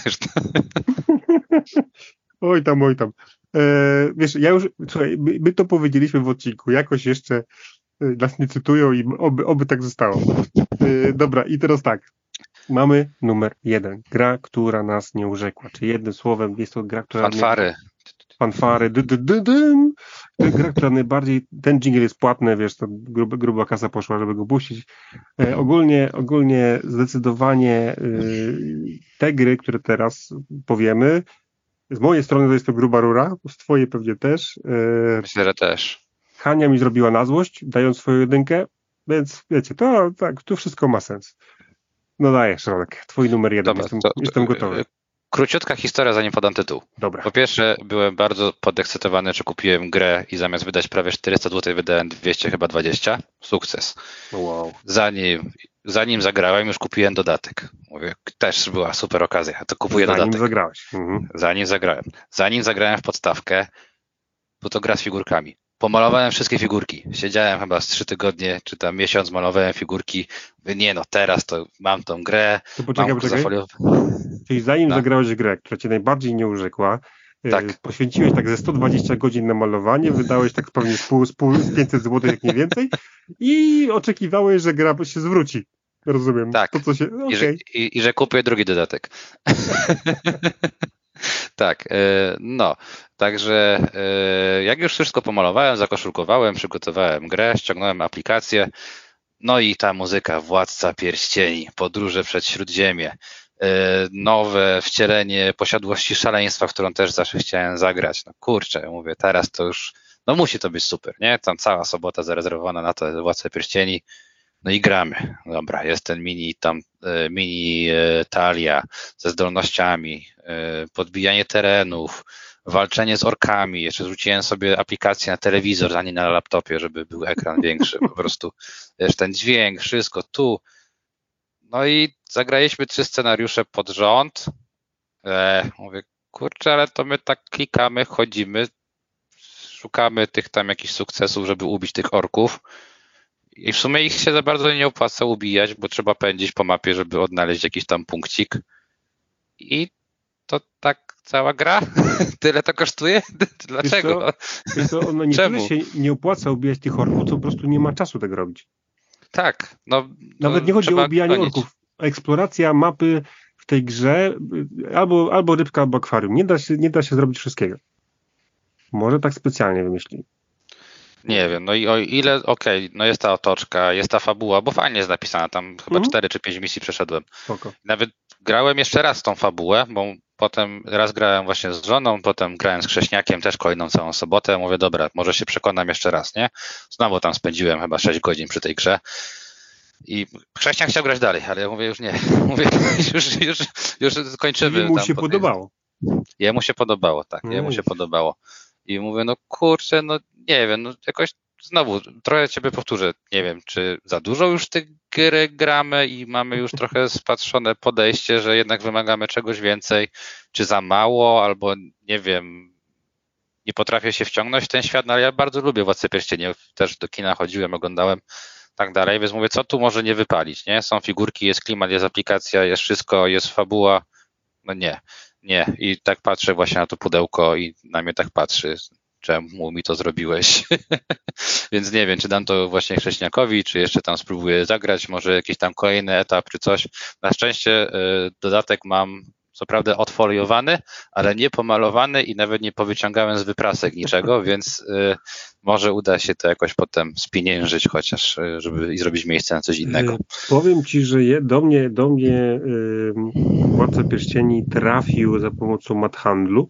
Oj tam. Wiesz, ja już, słuchaj, my to powiedzieliśmy w odcinku, jakoś jeszcze nas nie cytują i oby tak zostało. Dobra, i teraz tak. Mamy numer 1. Gra, która nas nie urzekła. Czy jednym słowem jest to gra, która... Fanfary. Gra, która najbardziej... Ten dżingiel jest płatny, wiesz, to gruba kasa poszła, żeby go puścić. Ogólnie zdecydowanie te gry, które teraz powiemy, z mojej strony to jest to gruba rura, z twojej pewnie też. Myślę, że też. Hania mi zrobiła na złość, dając swoją jedynkę, więc wiecie, to tak, tu wszystko ma sens. No dajesz, Rodek, twój numer 1, jestem gotowy. Króciutka historia, zanim podam tytuł. Dobra. Po pierwsze, byłem bardzo podekscytowany, że kupiłem grę i zamiast wydać prawie 400 zł, wydałem 200, chyba 20. Sukces. Wow. Zanim zagrałem, już kupiłem dodatek. Mówię, też była super okazja, to kupuję dodatek. Zanim zagrałeś. Mhm. Zanim zagrałem. Zanim zagrałem w podstawkę, bo to gra z figurkami. Pomalowałem wszystkie figurki. Siedziałem chyba z 3 tygodnie, czy tam miesiąc, malowałem figurki. Mówię, nie no, teraz to mam tą grę. To poczekaj. Czyli zanim zagrałeś w grę, która cię najbardziej nie urzekła, tak. Poświęciłeś tak ze 120 godzin na malowanie, wydałeś tak pewnie z 500 zł, jak nie więcej, i oczekiwałeś, że gra się zwróci. Rozumiem. Tak. To, co się... Okay. I że kupię drugi dodatek. Tak, no, także jak już wszystko pomalowałem, zakoszulkowałem, przygotowałem grę, ściągnąłem aplikację, no i ta muzyka, Władca Pierścieni, Podróże przez Śródziemie, nowe wcielenie Posiadłości Szaleństwa, w którą też zawsze chciałem zagrać. No kurczę, mówię, teraz to już, no musi to być super, nie? Tam cała sobota zarezerwowana na to Władcę Pierścieni. No i gramy. Dobra, jest ten mini talia ze zdolnościami, podbijanie terenów, walczenie z orkami. Jeszcze rzuciłem sobie aplikację na telewizor, a nie na laptopie, żeby był ekran większy. Po prostu wiesz, ten dźwięk, wszystko tu. No i zagraliśmy 3 scenariusze pod rząd. Mówię, kurczę, ale to my tak klikamy, chodzimy, szukamy tych tam jakichś sukcesów, żeby ubić tych orków. I w sumie ich się za bardzo nie opłaca ubijać, bo trzeba pędzić po mapie, żeby odnaleźć jakiś tam punkcik. I to tak cała gra? Tyle to kosztuje? Dlaczego? Wiesz co, nie tyle się nie opłaca ubijać tych orków, to po prostu nie ma czasu tego robić. Tak. No, nawet nie chodzi o ubijanie orków. Eksploracja mapy w tej grze albo rybka, albo akwarium. Nie da się zrobić wszystkiego. Może tak specjalnie wymyślili. Nie wiem, no i o ile, no jest ta otoczka, jest ta fabuła, bo fajnie jest napisana, tam chyba 4 czy 5 misji przeszedłem. Spoko. Nawet grałem jeszcze raz tą fabułę, bo potem raz grałem właśnie z żoną, potem grałem z Krześniakiem też kolejną całą sobotę, mówię, dobra, może się przekonam jeszcze raz, nie? Znowu tam spędziłem chyba 6 godzin przy tej grze i Krześniak chciał grać dalej, ale ja mówię, już nie, mówię, już skończymy. Jemu się podobało. Jemu się podobało, tak, jemu się podobało. I mówię, no kurczę, no nie wiem, no jakoś znowu trochę ciebie powtórzę, nie wiem, czy za dużo już tych gier gramy i mamy już trochę spatrzone podejście, że jednak wymagamy czegoś więcej, czy za mało, albo nie wiem, nie potrafię się wciągnąć w ten świat, no ale ja bardzo lubię Władcę Pierścieni, też do kina chodziłem, oglądałem, tak dalej, więc mówię, co tu może nie wypalić, nie? Są figurki, jest klimat, jest aplikacja, jest wszystko, jest fabuła, no nie. I tak patrzę właśnie na to pudełko i na mnie tak patrzy, czemu mi to zrobiłeś. Więc nie wiem, czy dam to właśnie Krześniakowi, czy jeszcze tam spróbuję zagrać, może jakiś tam kolejny etap, czy coś. Na szczęście dodatek mam co prawda odfoliowany, ale nie pomalowany i nawet nie powyciągałem z wyprasek niczego, więc może uda się to jakoś potem spieniężyć chociaż, żeby i zrobić miejsce na coś innego. Powiem Ci, że do mnie Władca Pierścieni trafił za pomocą Madhandlu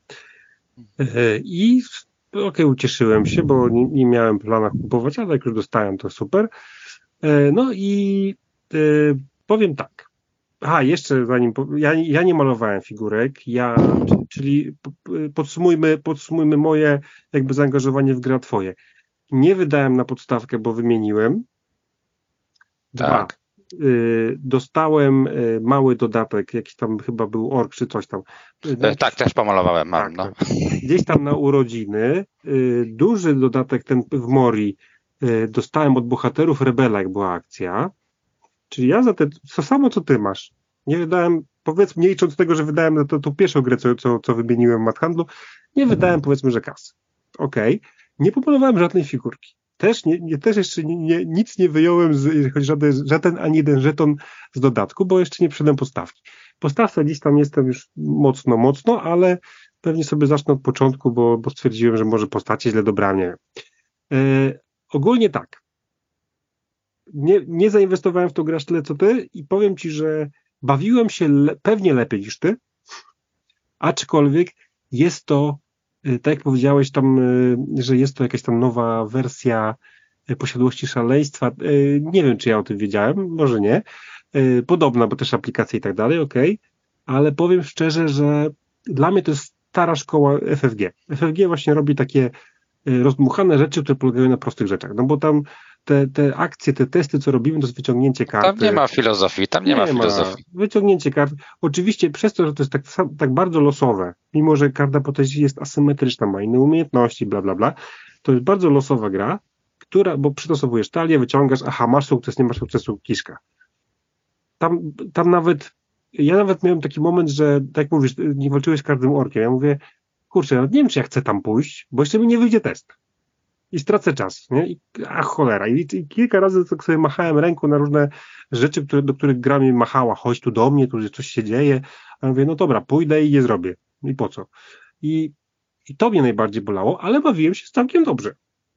i ucieszyłem się, bo nie miałem plana kupować, ale jak już dostałem, to super. No i powiem tak. Jeszcze zanim... Ja nie malowałem figurek, czyli podsumujmy moje jakby zaangażowanie w grę, twoje. Nie wydałem na podstawkę, bo wymieniłem. Tak. Dostałem mały dodatek, jakiś tam chyba był ork czy coś tam. Tak, też pomalowałem, mam. Tak. Gdzieś tam na urodziny. Duży dodatek ten w Mori dostałem od bohaterów Rebela, jak była akcja. Czyli ja za to samo, co ty masz. Nie wydałem, powiedzmy, nie licząc tego, że wydałem na tą pierwszą grę, co wymieniłem w Madhandlu, nie wydałem, powiedzmy, że kasy. Okej. Nie pomalowałem żadnej figurki. Też jeszcze nic nie wyjąłem, jeżeli chodzi żaden ani jeden żeton z dodatku, bo jeszcze nie przyszedłem postawki. Postawce gdzieś tam jestem już mocno, ale pewnie sobie zacznę od początku, bo stwierdziłem, że może postacie źle dobrałem, nie wiem. Ogólnie tak. Nie zainwestowałem w tą grę aż tyle, co ty i powiem ci, że bawiłem się pewnie lepiej niż ty, aczkolwiek jest to, tak jak powiedziałeś tam, że jest to jakaś tam nowa wersja Posiadłości Szaleństwa. Nie wiem, czy ja o tym wiedziałem, może nie. Podobna, bo też aplikacje i tak dalej, okej. Ale powiem szczerze, że dla mnie to jest stara szkoła FFG. FFG właśnie robi takie rozdmuchane rzeczy, które polegają na prostych rzeczach. No bo tam te akcje, te testy, co robimy, to jest wyciągnięcie karty. Tam nie ma filozofii, nie ma filozofii. Wyciągnięcie kart. Oczywiście przez to, że to jest tak bardzo losowe, mimo że karta potem jest asymetryczna, ma inne umiejętności, bla, bla, bla, to jest bardzo losowa gra, bo przytosowujesz talię, wyciągasz, masz sukces, nie masz sukcesu, kiszka. Tam ja nawet miałem taki moment, że tak jak mówisz, nie walczyłeś z każdym orkiem. Ja mówię, kurczę, nawet nie wiem, czy ja chcę tam pójść, bo jeszcze mi nie wyjdzie test. I stracę czas, nie? Cholera. I kilka razy tak sobie machałem ręką na różne rzeczy, do których gra mi machała. Chodź tu do mnie, tu coś się dzieje. A ja mówię, no dobra, pójdę i je zrobię. I po co? I to mnie najbardziej bolało, ale bawiłem się całkiem dobrze.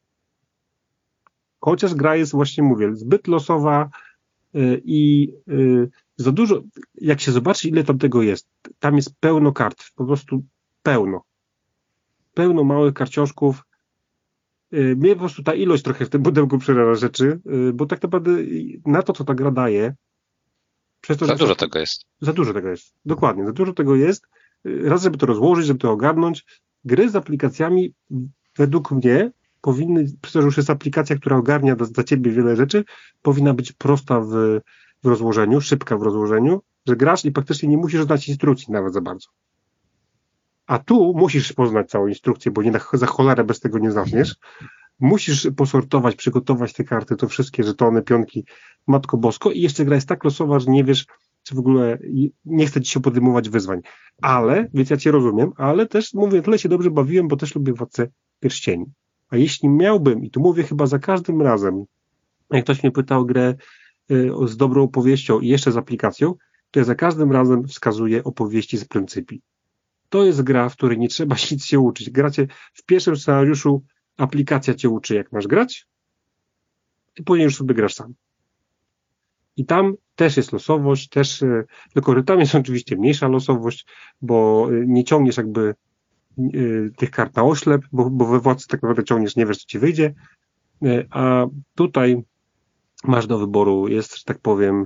Chociaż gra jest, właśnie mówię, zbyt losowa i za dużo, jak się zobaczy, ile tam tego jest, tam jest pełno kart, po prostu pełno małych karcioszków. Mnie po prostu ta ilość trochę w tym pudełku przeraża rzeczy, bo tak naprawdę na to, co ta gra daje, przez to, za dużo tego jest. Za dużo tego jest, dokładnie, za dużo tego jest. Raz, żeby to rozłożyć, żeby to ogarnąć. Gry z aplikacjami według mnie powinny, przez to, że już jest aplikacja, która ogarnia za ciebie wiele rzeczy, powinna być prosta w rozłożeniu, szybka w rozłożeniu, że grasz i praktycznie nie musisz znać instrukcji nawet za bardzo. A tu musisz poznać całą instrukcję, bo nie za cholerę bez tego nie zaczniesz. Musisz posortować, przygotować te karty, to wszystkie żetony, pionki, Matko Bosko, i jeszcze gra jest tak losowa, że nie wiesz, czy w ogóle nie chce ci się podejmować wyzwań. Więc ja cię rozumiem, ale też mówię, tyle się dobrze bawiłem, bo też lubię Władcę Pierścieni. A jeśli miałbym, i tu mówię chyba za każdym razem, jak ktoś mnie pytał o grę z dobrą opowieścią i jeszcze z aplikacją, to ja za każdym razem wskazuję opowieści z Pryncypii. To jest gra, w której nie trzeba nic się uczyć. Gracie w pierwszym scenariuszu, aplikacja cię uczy, jak masz grać, i później już sobie grasz sam. I tam też jest losowość, tylko tam jest oczywiście mniejsza losowość, bo nie ciągniesz jakby tych kart na oślep, bo we Władcy tak naprawdę ciągniesz, nie wiesz, co ci wyjdzie, a tutaj masz do wyboru, jest, że tak powiem,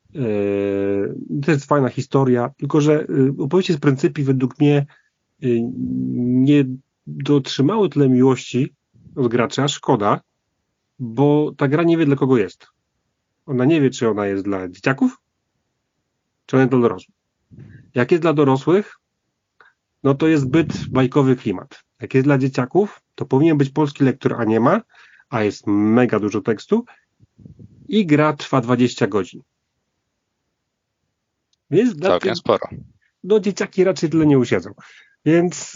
to jest fajna historia, tylko że opowieści z Pryncypii według mnie nie dotrzymały tyle miłości od gracza, szkoda, bo ta gra nie wie, dla kogo jest. Ona nie wie, czy ona jest dla dzieciaków, czy ona jest dla dorosłych. Jak jest dla dorosłych, no to jest zbyt bajkowy klimat. Jak jest dla dzieciaków, to powinien być polski lektor, a nie ma, a jest mega dużo tekstu i gra trwa 20 godzin. Więc całkiem sporo. No dzieciaki raczej tyle nie usiedzą. Więc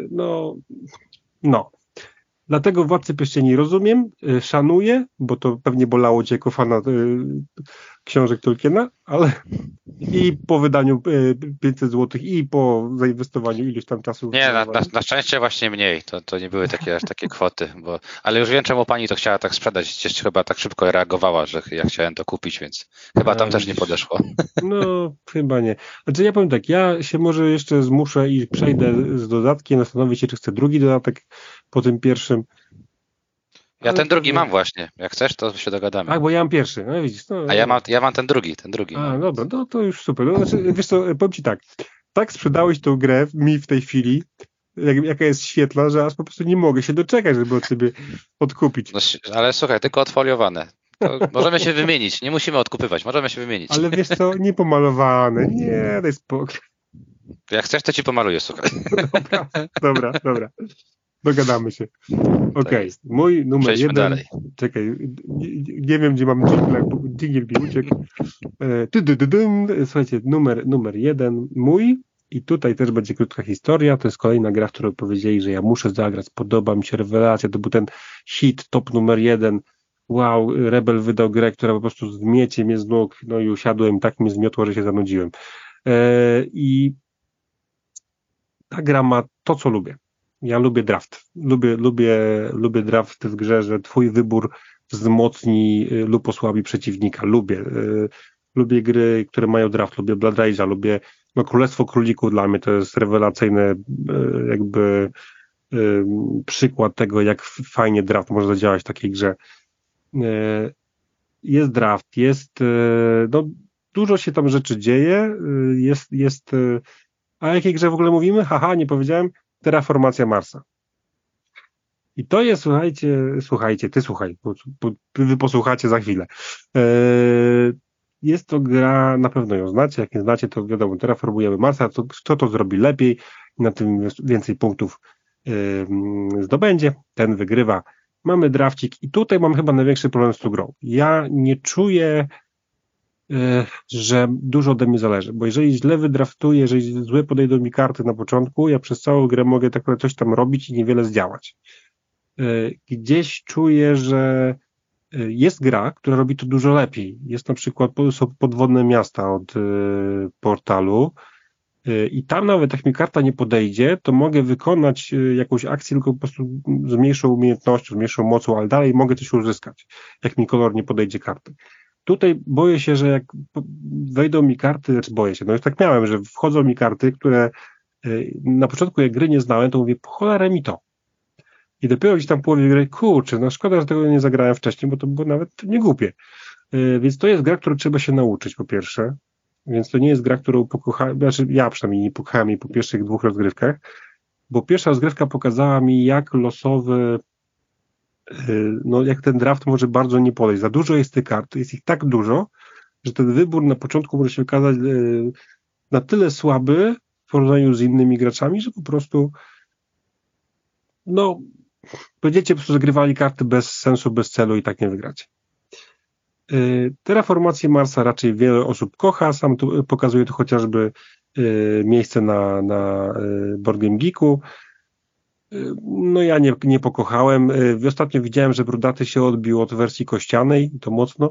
no. Dlatego Władcy Pierścieni rozumiem, szanuję, bo to pewnie bolało cię jako fana książek Tolkiena, ale i po wydaniu 500 zł i po zainwestowaniu iluś tam czasu. Nie, na szczęście właśnie mniej. To nie były aż takie kwoty. Ale już wiem, czemu pani to chciała tak sprzedać. Gdzieś chyba tak szybko reagowała, że ja chciałem to kupić, więc chyba tam też nie podeszło. No, chyba nie. Znaczy ja powiem tak, ja się może jeszcze zmuszę i przejdę z dodatkiem, zastanowię się, czy chcę drugi dodatek po tym pierwszym. Ja ten drugi mam właśnie. Jak chcesz, to się dogadamy. Tak, bo ja mam pierwszy. No widzisz. No, a ja mam ten drugi. A, dobra, to już super. No, znaczy, wiesz co, powiem ci tak sprzedałeś tą grę mi w tej chwili, jaka jest świetna, że aż po prostu nie mogę się doczekać, żeby od ciebie odkupić. No, ale słuchaj, tylko odfoliowane. To możemy się wymienić, nie musimy odkupywać, możemy się wymienić. Ale wiesz co, nie pomalowane, nie, daj spokój. Jak chcesz, to ci pomaluję, słuchaj. Dobra. Dogadamy się. Okej, mój numer Przejdźmy 1. dalej. Czekaj, nie wiem, gdzie mam dżingiel mi uciekł. Słuchajcie, numer 1 mój. I tutaj też będzie krótka historia. To jest kolejna gra, w której powiedzieli, że ja muszę zagrać. Podoba mi się, rewelacja. To był ten hit, top numer 1. Wow, Rebel wydał grę, która po prostu zmiecie mnie z nóg. No i usiadłem, tak mnie zmiotło, że się zanudziłem. I ta gra ma to, co lubię. Ja lubię draft. Lubię draft w grze, że twój wybór wzmocni lub osłabi przeciwnika. Lubię gry, które mają draft. Lubię Blood Rage'a, lubię Królestwo Królików. Dla mnie to jest rewelacyjny jakby przykład tego, jak fajnie draft może zadziałać w takiej grze. Jest draft, no dużo się tam rzeczy dzieje, a o jakiej grze w ogóle mówimy? Haha, nie powiedziałem. Terraformacja Marsa. I to jest, słuchajcie, ty słuchaj, bo wy posłuchacie za chwilę. Jest to gra, na pewno ją znacie, jak nie znacie, to wiadomo, terraformujemy Marsa, kto to zrobi lepiej, na tym więcej punktów zdobędzie, ten wygrywa. Mamy drafcik i tutaj mam chyba największy problem z tą grą. Ja nie czuję, że dużo ode mnie zależy, bo jeżeli źle wydraftuję, jeżeli złe podejdą mi karty na początku, ja przez całą grę mogę tak coś tam robić i niewiele zdziałać. Gdzieś czuję, że jest gra, która robi to dużo lepiej. Jest na przykład, są podwodne miasta od portalu i tam nawet jak mi karta nie podejdzie, to mogę wykonać jakąś akcję, tylko po prostu z mniejszą umiejętnością, z mniejszą mocą, ale dalej mogę coś uzyskać, jak mi kolor nie podejdzie karty. Tutaj boję się, że jak wejdą mi karty, znaczy boję się, no już tak miałem, że wchodzą mi karty, które na początku jak gry nie znałem, to mówię, po cholerę mi to. I dopiero gdzieś tam w połowie gry, kurczę, no szkoda, że tego nie zagrałem wcześniej, bo to było nawet nie głupie. Więc to jest gra, którą trzeba się nauczyć po pierwsze, więc to nie jest gra, którą pokochałem, znaczy ja przynajmniej nie pokochałem jej po pierwszych 2 rozgrywkach, bo pierwsza rozgrywka pokazała mi, jak losowy, no jak ten draft może bardzo nie podejść. Za dużo jest tych kart, jest ich tak dużo, że ten wybór na początku może się okazać na tyle słaby w porównaniu z innymi graczami, że po prostu no będziecie po prostu zagrywali karty bez sensu, bez celu i tak nie wygracie. Terraformację Marsa raczej wiele osób kocha, sam tu pokazuje to chociażby miejsce na Board Game Geeku. No ja nie pokochałem. Ostatnio widziałem, że Brudaty się odbił od wersji kościanej, to mocno.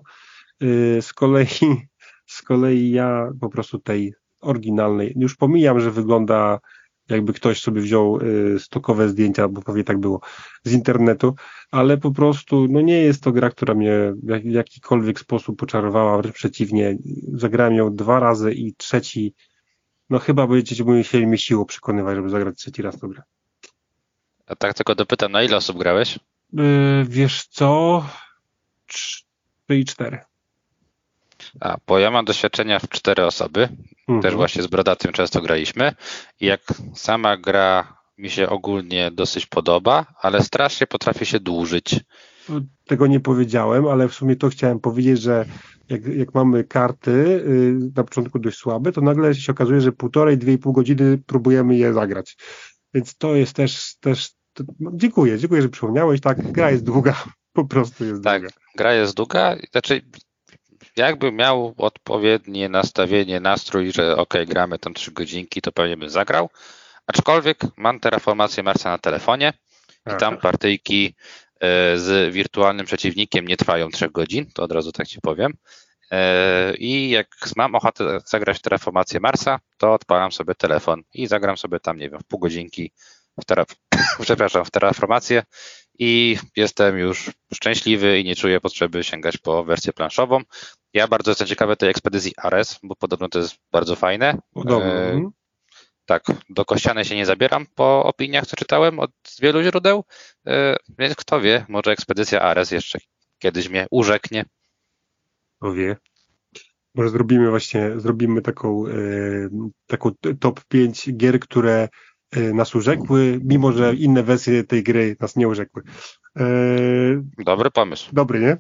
Z kolei ja po prostu tej oryginalnej, już pomijam, że wygląda jakby ktoś sobie wziął stokowe zdjęcia, bo pewnie tak było, z internetu, ale po prostu no nie jest to gra, która mnie w jakikolwiek sposób poczarowała, wręcz przeciwnie, zagrałem ją 2 razy i trzeci, no chyba będziecie musieli mnie siłą przekonywać, żeby zagrać 3. raz tę grę. A tak tylko dopytam, na ile osób grałeś? Wiesz co? 3 i 4. Bo ja mam doświadczenia w 4 osoby, też właśnie z Brodatym często graliśmy i jak sama gra mi się ogólnie dosyć podoba, ale strasznie potrafi się dłużyć. Tego nie powiedziałem, ale w sumie to chciałem powiedzieć, że jak mamy karty na początku dość słabe, to nagle się okazuje, że 1,5–2,5 godziny próbujemy je zagrać. Więc to jest też dziękuję, że przypomniałeś, tak, gra jest długa, po prostu jest długa. Tak, gra jest długa, znaczy jakby miał odpowiednie nastawienie, nastrój, że gramy tam 3 godzinki, to pewnie bym zagrał, aczkolwiek mam Terraformację Marsa na telefonie i tam partyjki z wirtualnym przeciwnikiem nie trwają 3 godzin, to od razu tak ci powiem. I jak mam ochotę zagrać w Terraformację Marsa, to odpalam sobie telefon i zagram sobie tam, nie wiem, w pół godzinki w Terraformację i jestem już szczęśliwy i nie czuję potrzeby sięgać po wersję planszową. Ja bardzo jestem ciekawy tej ekspedycji Ares, bo podobno to jest bardzo fajne. Podobno. Tak, do kościanej się nie zabieram po opiniach, co czytałem od wielu źródeł, więc kto wie, może ekspedycja Ares jeszcze kiedyś mnie urzeknie. Kto wie. Może zrobimy taką top 5 gier, które nas urzekły, mimo że inne wersje tej gry nas nie urzekły. Dobry pomysł. Dobry, nie?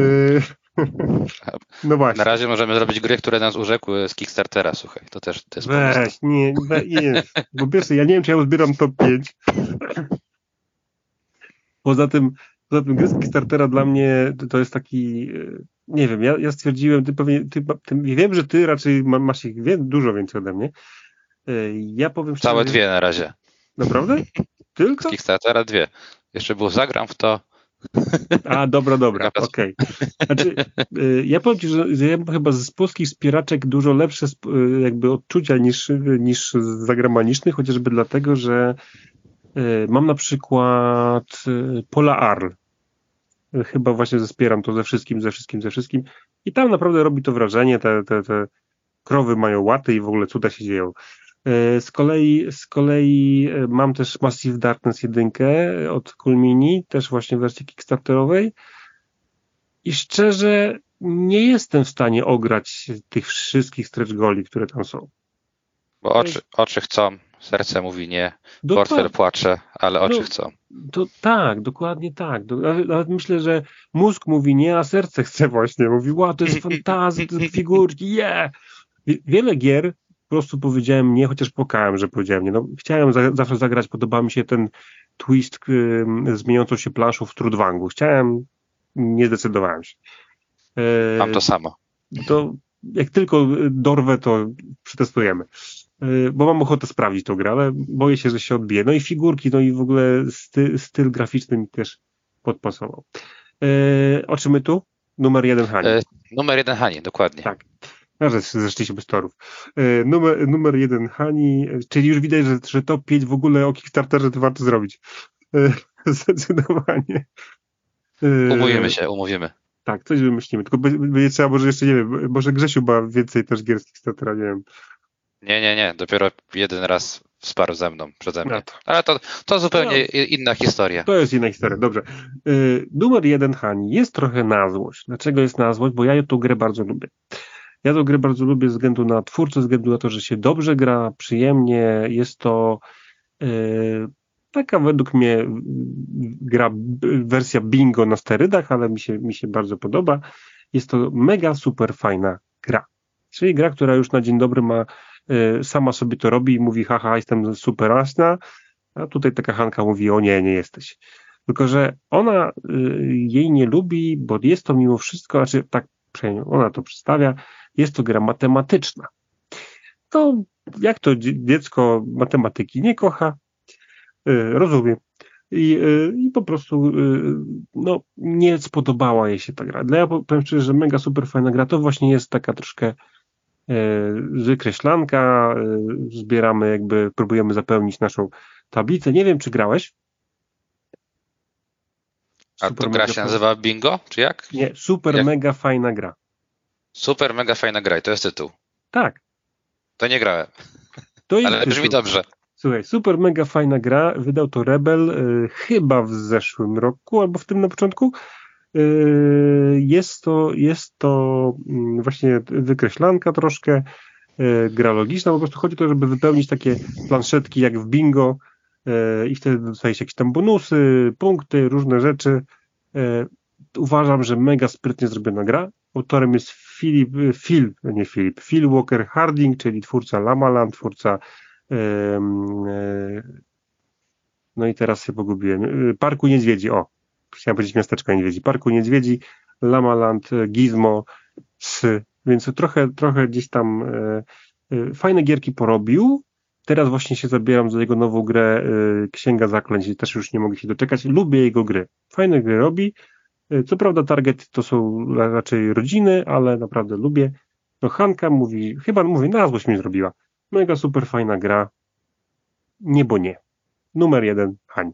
No właśnie. Na razie możemy zrobić gry, które nas urzekły z Kickstartera, słuchaj. To też to jest pomysł. Nie. Po pierwsze, ja nie wiem, czy ja uzbieram top 5. Poza tym gry z Kickstartera dla mnie to jest taki... Nie wiem, ja stwierdziłem, wiem, że ty raczej masz ich dużo więcej ode mnie. Ja powiem szczerze... Całe 2 na razie. Naprawdę? Tylko? Z Kickstartera 2. Jeszcze było zagram w to. A, dobra, okej. Znaczy, ja powiem ci, że ja mam chyba z polskich wspieraczek dużo lepsze jakby odczucia niż z zagranicznych, chociażby dlatego, że mam na przykład Pola Arl. Chyba właśnie zespieram to ze wszystkim. I tam naprawdę robi to wrażenie, te krowy mają łaty i w ogóle cuda się dzieją. Z kolei mam też Massive Darkness 1 od Kulmini, też właśnie w wersji kickstarterowej i szczerze nie jestem w stanie ograć tych wszystkich stretch goli, które tam są. Bo oczy chcą, serce mówi nie, portfel płacze, ale oczy chcą. To tak, dokładnie tak. Nawet myślę, że mózg mówi nie, a serce chce właśnie. Mówi, wow, to jest fantazja, to są figurki, yeah! Wiele gier po prostu powiedziałem nie, chociaż płakałem, że powiedziałem nie. No, chciałem zawsze zagrać, podoba mi się ten twist zmieniającą się planszą w Trudwangu. Nie zdecydowałem się. Mam to samo. To jak tylko dorwę, to przetestujemy. Bo mam ochotę sprawdzić tą grę, ale boję się, że się odbije. No i figurki, no i w ogóle styl graficzny mi też podpasował. O czym my tu? Numer 1 Hani. Numer 1 Hani, dokładnie. Tak. No, zeszliśmy z torów. Numer 1 Hani, czyli już widać, że top 5 w ogóle o Kickstarterze to warto zrobić. Zdecydowanie. Umówimy. Tak, coś wymyślimy. Tylko będzie trzeba, może jeszcze, nie wiem, może Grzesiu ma więcej też gier z Kickstartera, nie wiem. Nie. Dopiero jeden raz wsparł przeze mnie. Ale to zupełnie inna historia. To jest inna historia, dobrze. Numer 1 Hani jest trochę na złość. Dlaczego jest na złość? Bo ja tę grę bardzo lubię. Ja tę grę bardzo lubię ze względu na twórcę, ze względu na to, że się dobrze gra, przyjemnie. Jest to taka według mnie wersja bingo na sterydach, ale mi się bardzo podoba. Jest to mega super fajna gra. Czyli gra, która już na dzień dobry sama sobie to robi i mówi haha, jestem super rasna, a tutaj taka Hanka mówi o nie jesteś. Tylko, że ona jej nie lubi, bo jest to mimo wszystko, znaczy tak przynajmniej ona to przedstawia, jest to gra matematyczna. To jak to dziecko matematyki nie kocha, rozumiem. I po prostu no, nie spodobała jej się ta gra. Ja powiem szczerze, że mega super fajna gra, to właśnie jest taka troszkę wykreślanka, zbieramy próbujemy zapełnić naszą tablicę. Nie wiem, czy grałeś? A to gra się nazywa Bingo, czy jak? Nie, mega fajna gra. Super mega fajna gra i to jest tytuł. Tak. To nie grałem, ale brzmi dobrze. Słuchaj, super mega fajna gra, wydał to Rebel chyba w zeszłym roku, albo w tym na początku. Jest to właśnie wykreślanka troszkę, gra logiczna, po prostu chodzi o to, żeby wypełnić takie planszetki jak w bingo i wtedy dostaje się jakieś tam bonusy, punkty, różne rzeczy. Uważam, że mega sprytnie zrobiona gra. Autorem jest Phil Walker Harding, czyli twórca Lamaland, twórca no i teraz się pogubiłem. Parku Niedźwiedzi, chciałem powiedzieć Miasteczko Niedźwiedzi. Parku Niedźwiedzi, Lamaland, Gizmo, więc trochę gdzieś tam fajne gierki porobił. Teraz właśnie się zabieram za jego nową grę Księga Zaklęć i też już nie mogę się doczekać. Lubię jego gry. Fajne gry robi. Co prawda target to są raczej rodziny, ale naprawdę lubię. No Hanka mówi, chyba mówi, na złość mi zrobiła. Mega super fajna gra. Nie, bo nie. Numer 1, Hań.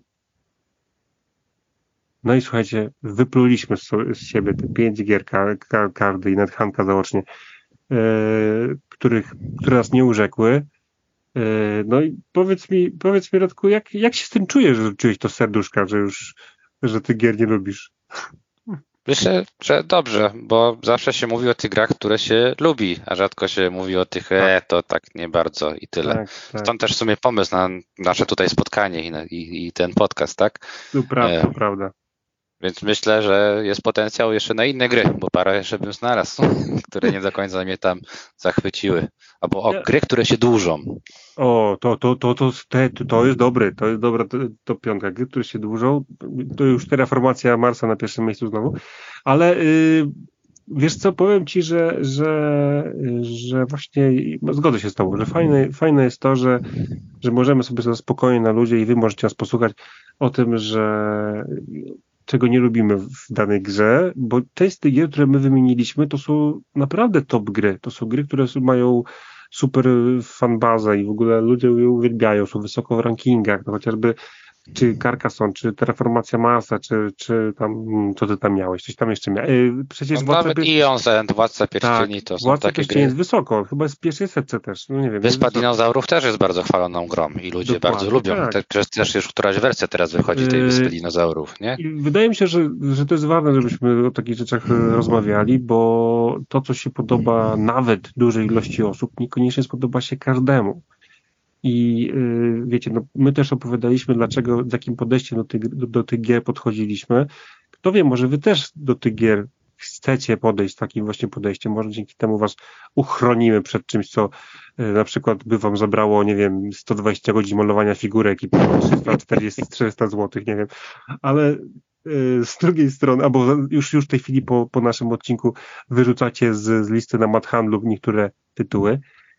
No i słuchajcie, wypluliśmy z siebie te 5 gier kardy i nawet Hanka zaocznie, które nas nie urzekły. No i powiedz mi Radku, jak się z tym czujesz, że rzuciłeś to serduszka, że ty gier nie lubisz? Myślę, że dobrze, bo zawsze się mówi o tych grach, które się lubi, a rzadko się mówi o tych, to tak nie bardzo i tyle. Tak. Stąd też w sumie pomysł na nasze tutaj spotkanie i ten podcast, tak? To prawda. Więc myślę, że jest potencjał jeszcze na inne gry, bo parę jeszcze bym znalazł, które nie do końca mnie tam zachwyciły. Albo gry, które się dłużą. O, to jest dobre, to piątka. Gry, które się dłużą, to już Terraformacja Marsa na pierwszym miejscu znowu, ale wiesz co, powiem Ci, że właśnie zgodzę się z Tobą, że fajne jest to, że możemy sobie spokojnie na ludzie i Wy możecie nas posłuchać o tym, czego nie lubimy w danej grze, bo część z tych gier, które my wymieniliśmy, to są naprawdę top gry. To są gry, które mają super fanbazę i w ogóle ludzie je uwielbiają, są wysoko w rankingach, no chociażby czy Carcassonne, czy Terraformacja Marsa, czy tam, co ty tam miałeś, coś tam jeszcze miałeś. Przecież nawet Ion's End, Władca Pierścieni, to są Władca takie Pierścieni gry. jest wysoko, chyba jest w pierwszej setce też, no nie wiem. Wyspa Dinozaurów też jest bardzo chwaloną grą i ludzie bardzo lubią. Tak. Też już któraś wersja teraz wychodzi tej Wyspy Dinozaurów, nie? I wydaje mi się, że to jest ważne, żebyśmy o takich rzeczach rozmawiali, bo to, co się podoba nawet dużej ilości osób, niekoniecznie spodoba się każdemu. I wiecie, no, my też opowiadaliśmy, z jakim podejściem do tych gier podchodziliśmy. Kto wie, może wy też do tych gier chcecie podejść z takim właśnie podejściem. Może dzięki temu was uchronimy przed czymś, co na przykład by wam zabrało, nie wiem, 120 godzin malowania figurek i 340-400 zł, nie wiem. Ale z drugiej strony, albo już w tej chwili po naszym odcinku wyrzucacie z listy na Madhandlu niektóre tytuły.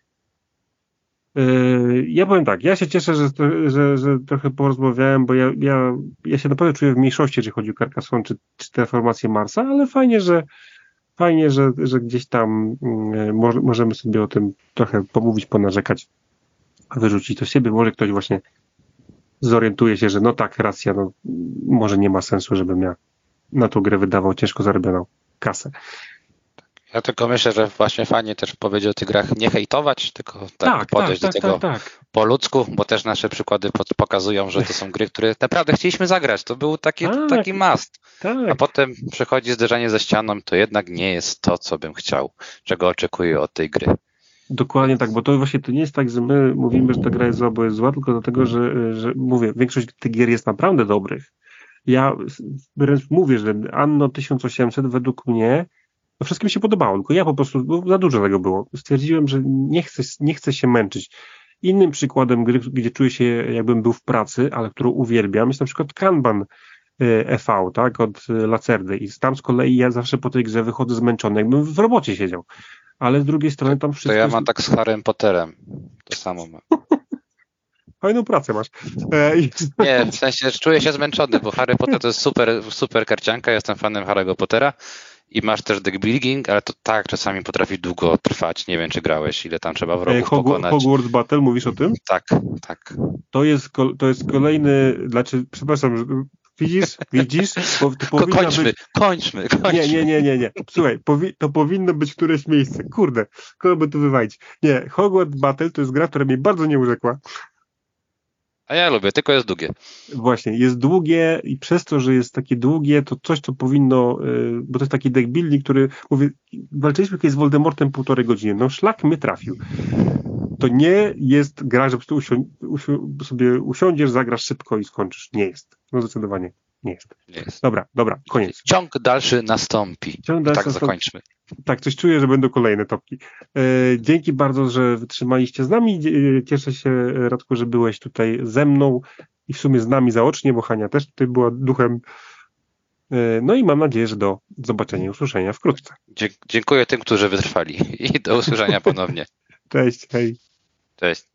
Ja powiem tak, ja się cieszę, że trochę porozmawiałem, bo ja się naprawdę czuję w mniejszości, jeżeli chodzi o Carcassonne czy Terraformację Marsa, ale fajnie, że gdzieś tam możemy sobie o tym trochę pomówić, ponarzekać, wyrzucić to z siebie. Może ktoś właśnie zorientuje się, że no tak, racja, no może nie ma sensu, żebym ja na tą grę wydawał ciężko zarobioną kasę. Ja tylko myślę, że właśnie fajnie też powiedzieć o tych grach nie hejtować, tylko podejść do tego po ludzku, bo też nasze przykłady pokazują, że to są gry, które naprawdę chcieliśmy zagrać. To był taki must. Tak. A potem przychodzi zderzenie ze ścianą, to jednak nie jest to, co bym chciał, czego oczekuję od tej gry. Dokładnie tak, bo to właśnie to nie jest tak, że my mówimy, że ta gra jest zła, bo jest zła, tylko dlatego, że mówię, większość tych gier jest naprawdę dobrych. Ja wręcz mówię, że Anno 1800 według mnie wszystkim się podobało, tylko ja po prostu, bo za dużo tego było. Stwierdziłem, że nie chcę się męczyć. Innym przykładem gry, gdzie czuję się jakbym był w pracy, ale którą uwielbiam, jest na przykład Kanban e.V., tak, od Lacerdy. I tam z kolei ja zawsze po tej grze wychodzę zmęczony, jakbym w robocie siedział. Ale z drugiej strony tam wszystko... To ja mam tak z Harrym Potterem. To samo mam. Fajną pracę masz. Nie, w sensie czuję się zmęczony, bo Harry Potter to jest super karcianka, jestem fanem Harry'ego Pottera. I masz też deck building, ale to tak czasami potrafi długo trwać. Nie wiem, czy grałeś, ile tam trzeba wrogów pokonać. Hogwarts Battle, mówisz o tym? Tak. To jest kolejny, przepraszam, widzisz? Kończmy. Nie. Słuchaj, to powinno być któreś miejsce. Kurde, kogo by tu wywalić? Nie, Hogwarts Battle to jest gra, która mnie bardzo nie urzekła. A ja lubię, tylko jest długie. Właśnie, jest długie i przez to, że jest takie długie, to coś, co powinno, bo to jest taki deck building, który, mówię, walczyliśmy kiedyś z Voldemortem 1,5 godziny, no szlak mnie trafił. To nie jest gra, że po prostu sobie usiądziesz, zagrasz szybko i skończysz. Nie jest. No zdecydowanie nie jest. Dobra, koniec. Ciąg dalszy nastąpi. Zakończmy. Tak, coś czuję, że będą kolejne topki. Dzięki bardzo, że wytrzymaliście z nami. Cieszę się, Radku, że byłeś tutaj ze mną i w sumie z nami zaocznie, bo Hania też tutaj była duchem. No i mam nadzieję, że do zobaczenia i usłyszenia wkrótce. Dziękuję tym, którzy wytrwali i do usłyszenia ponownie. Cześć, hej. Cześć.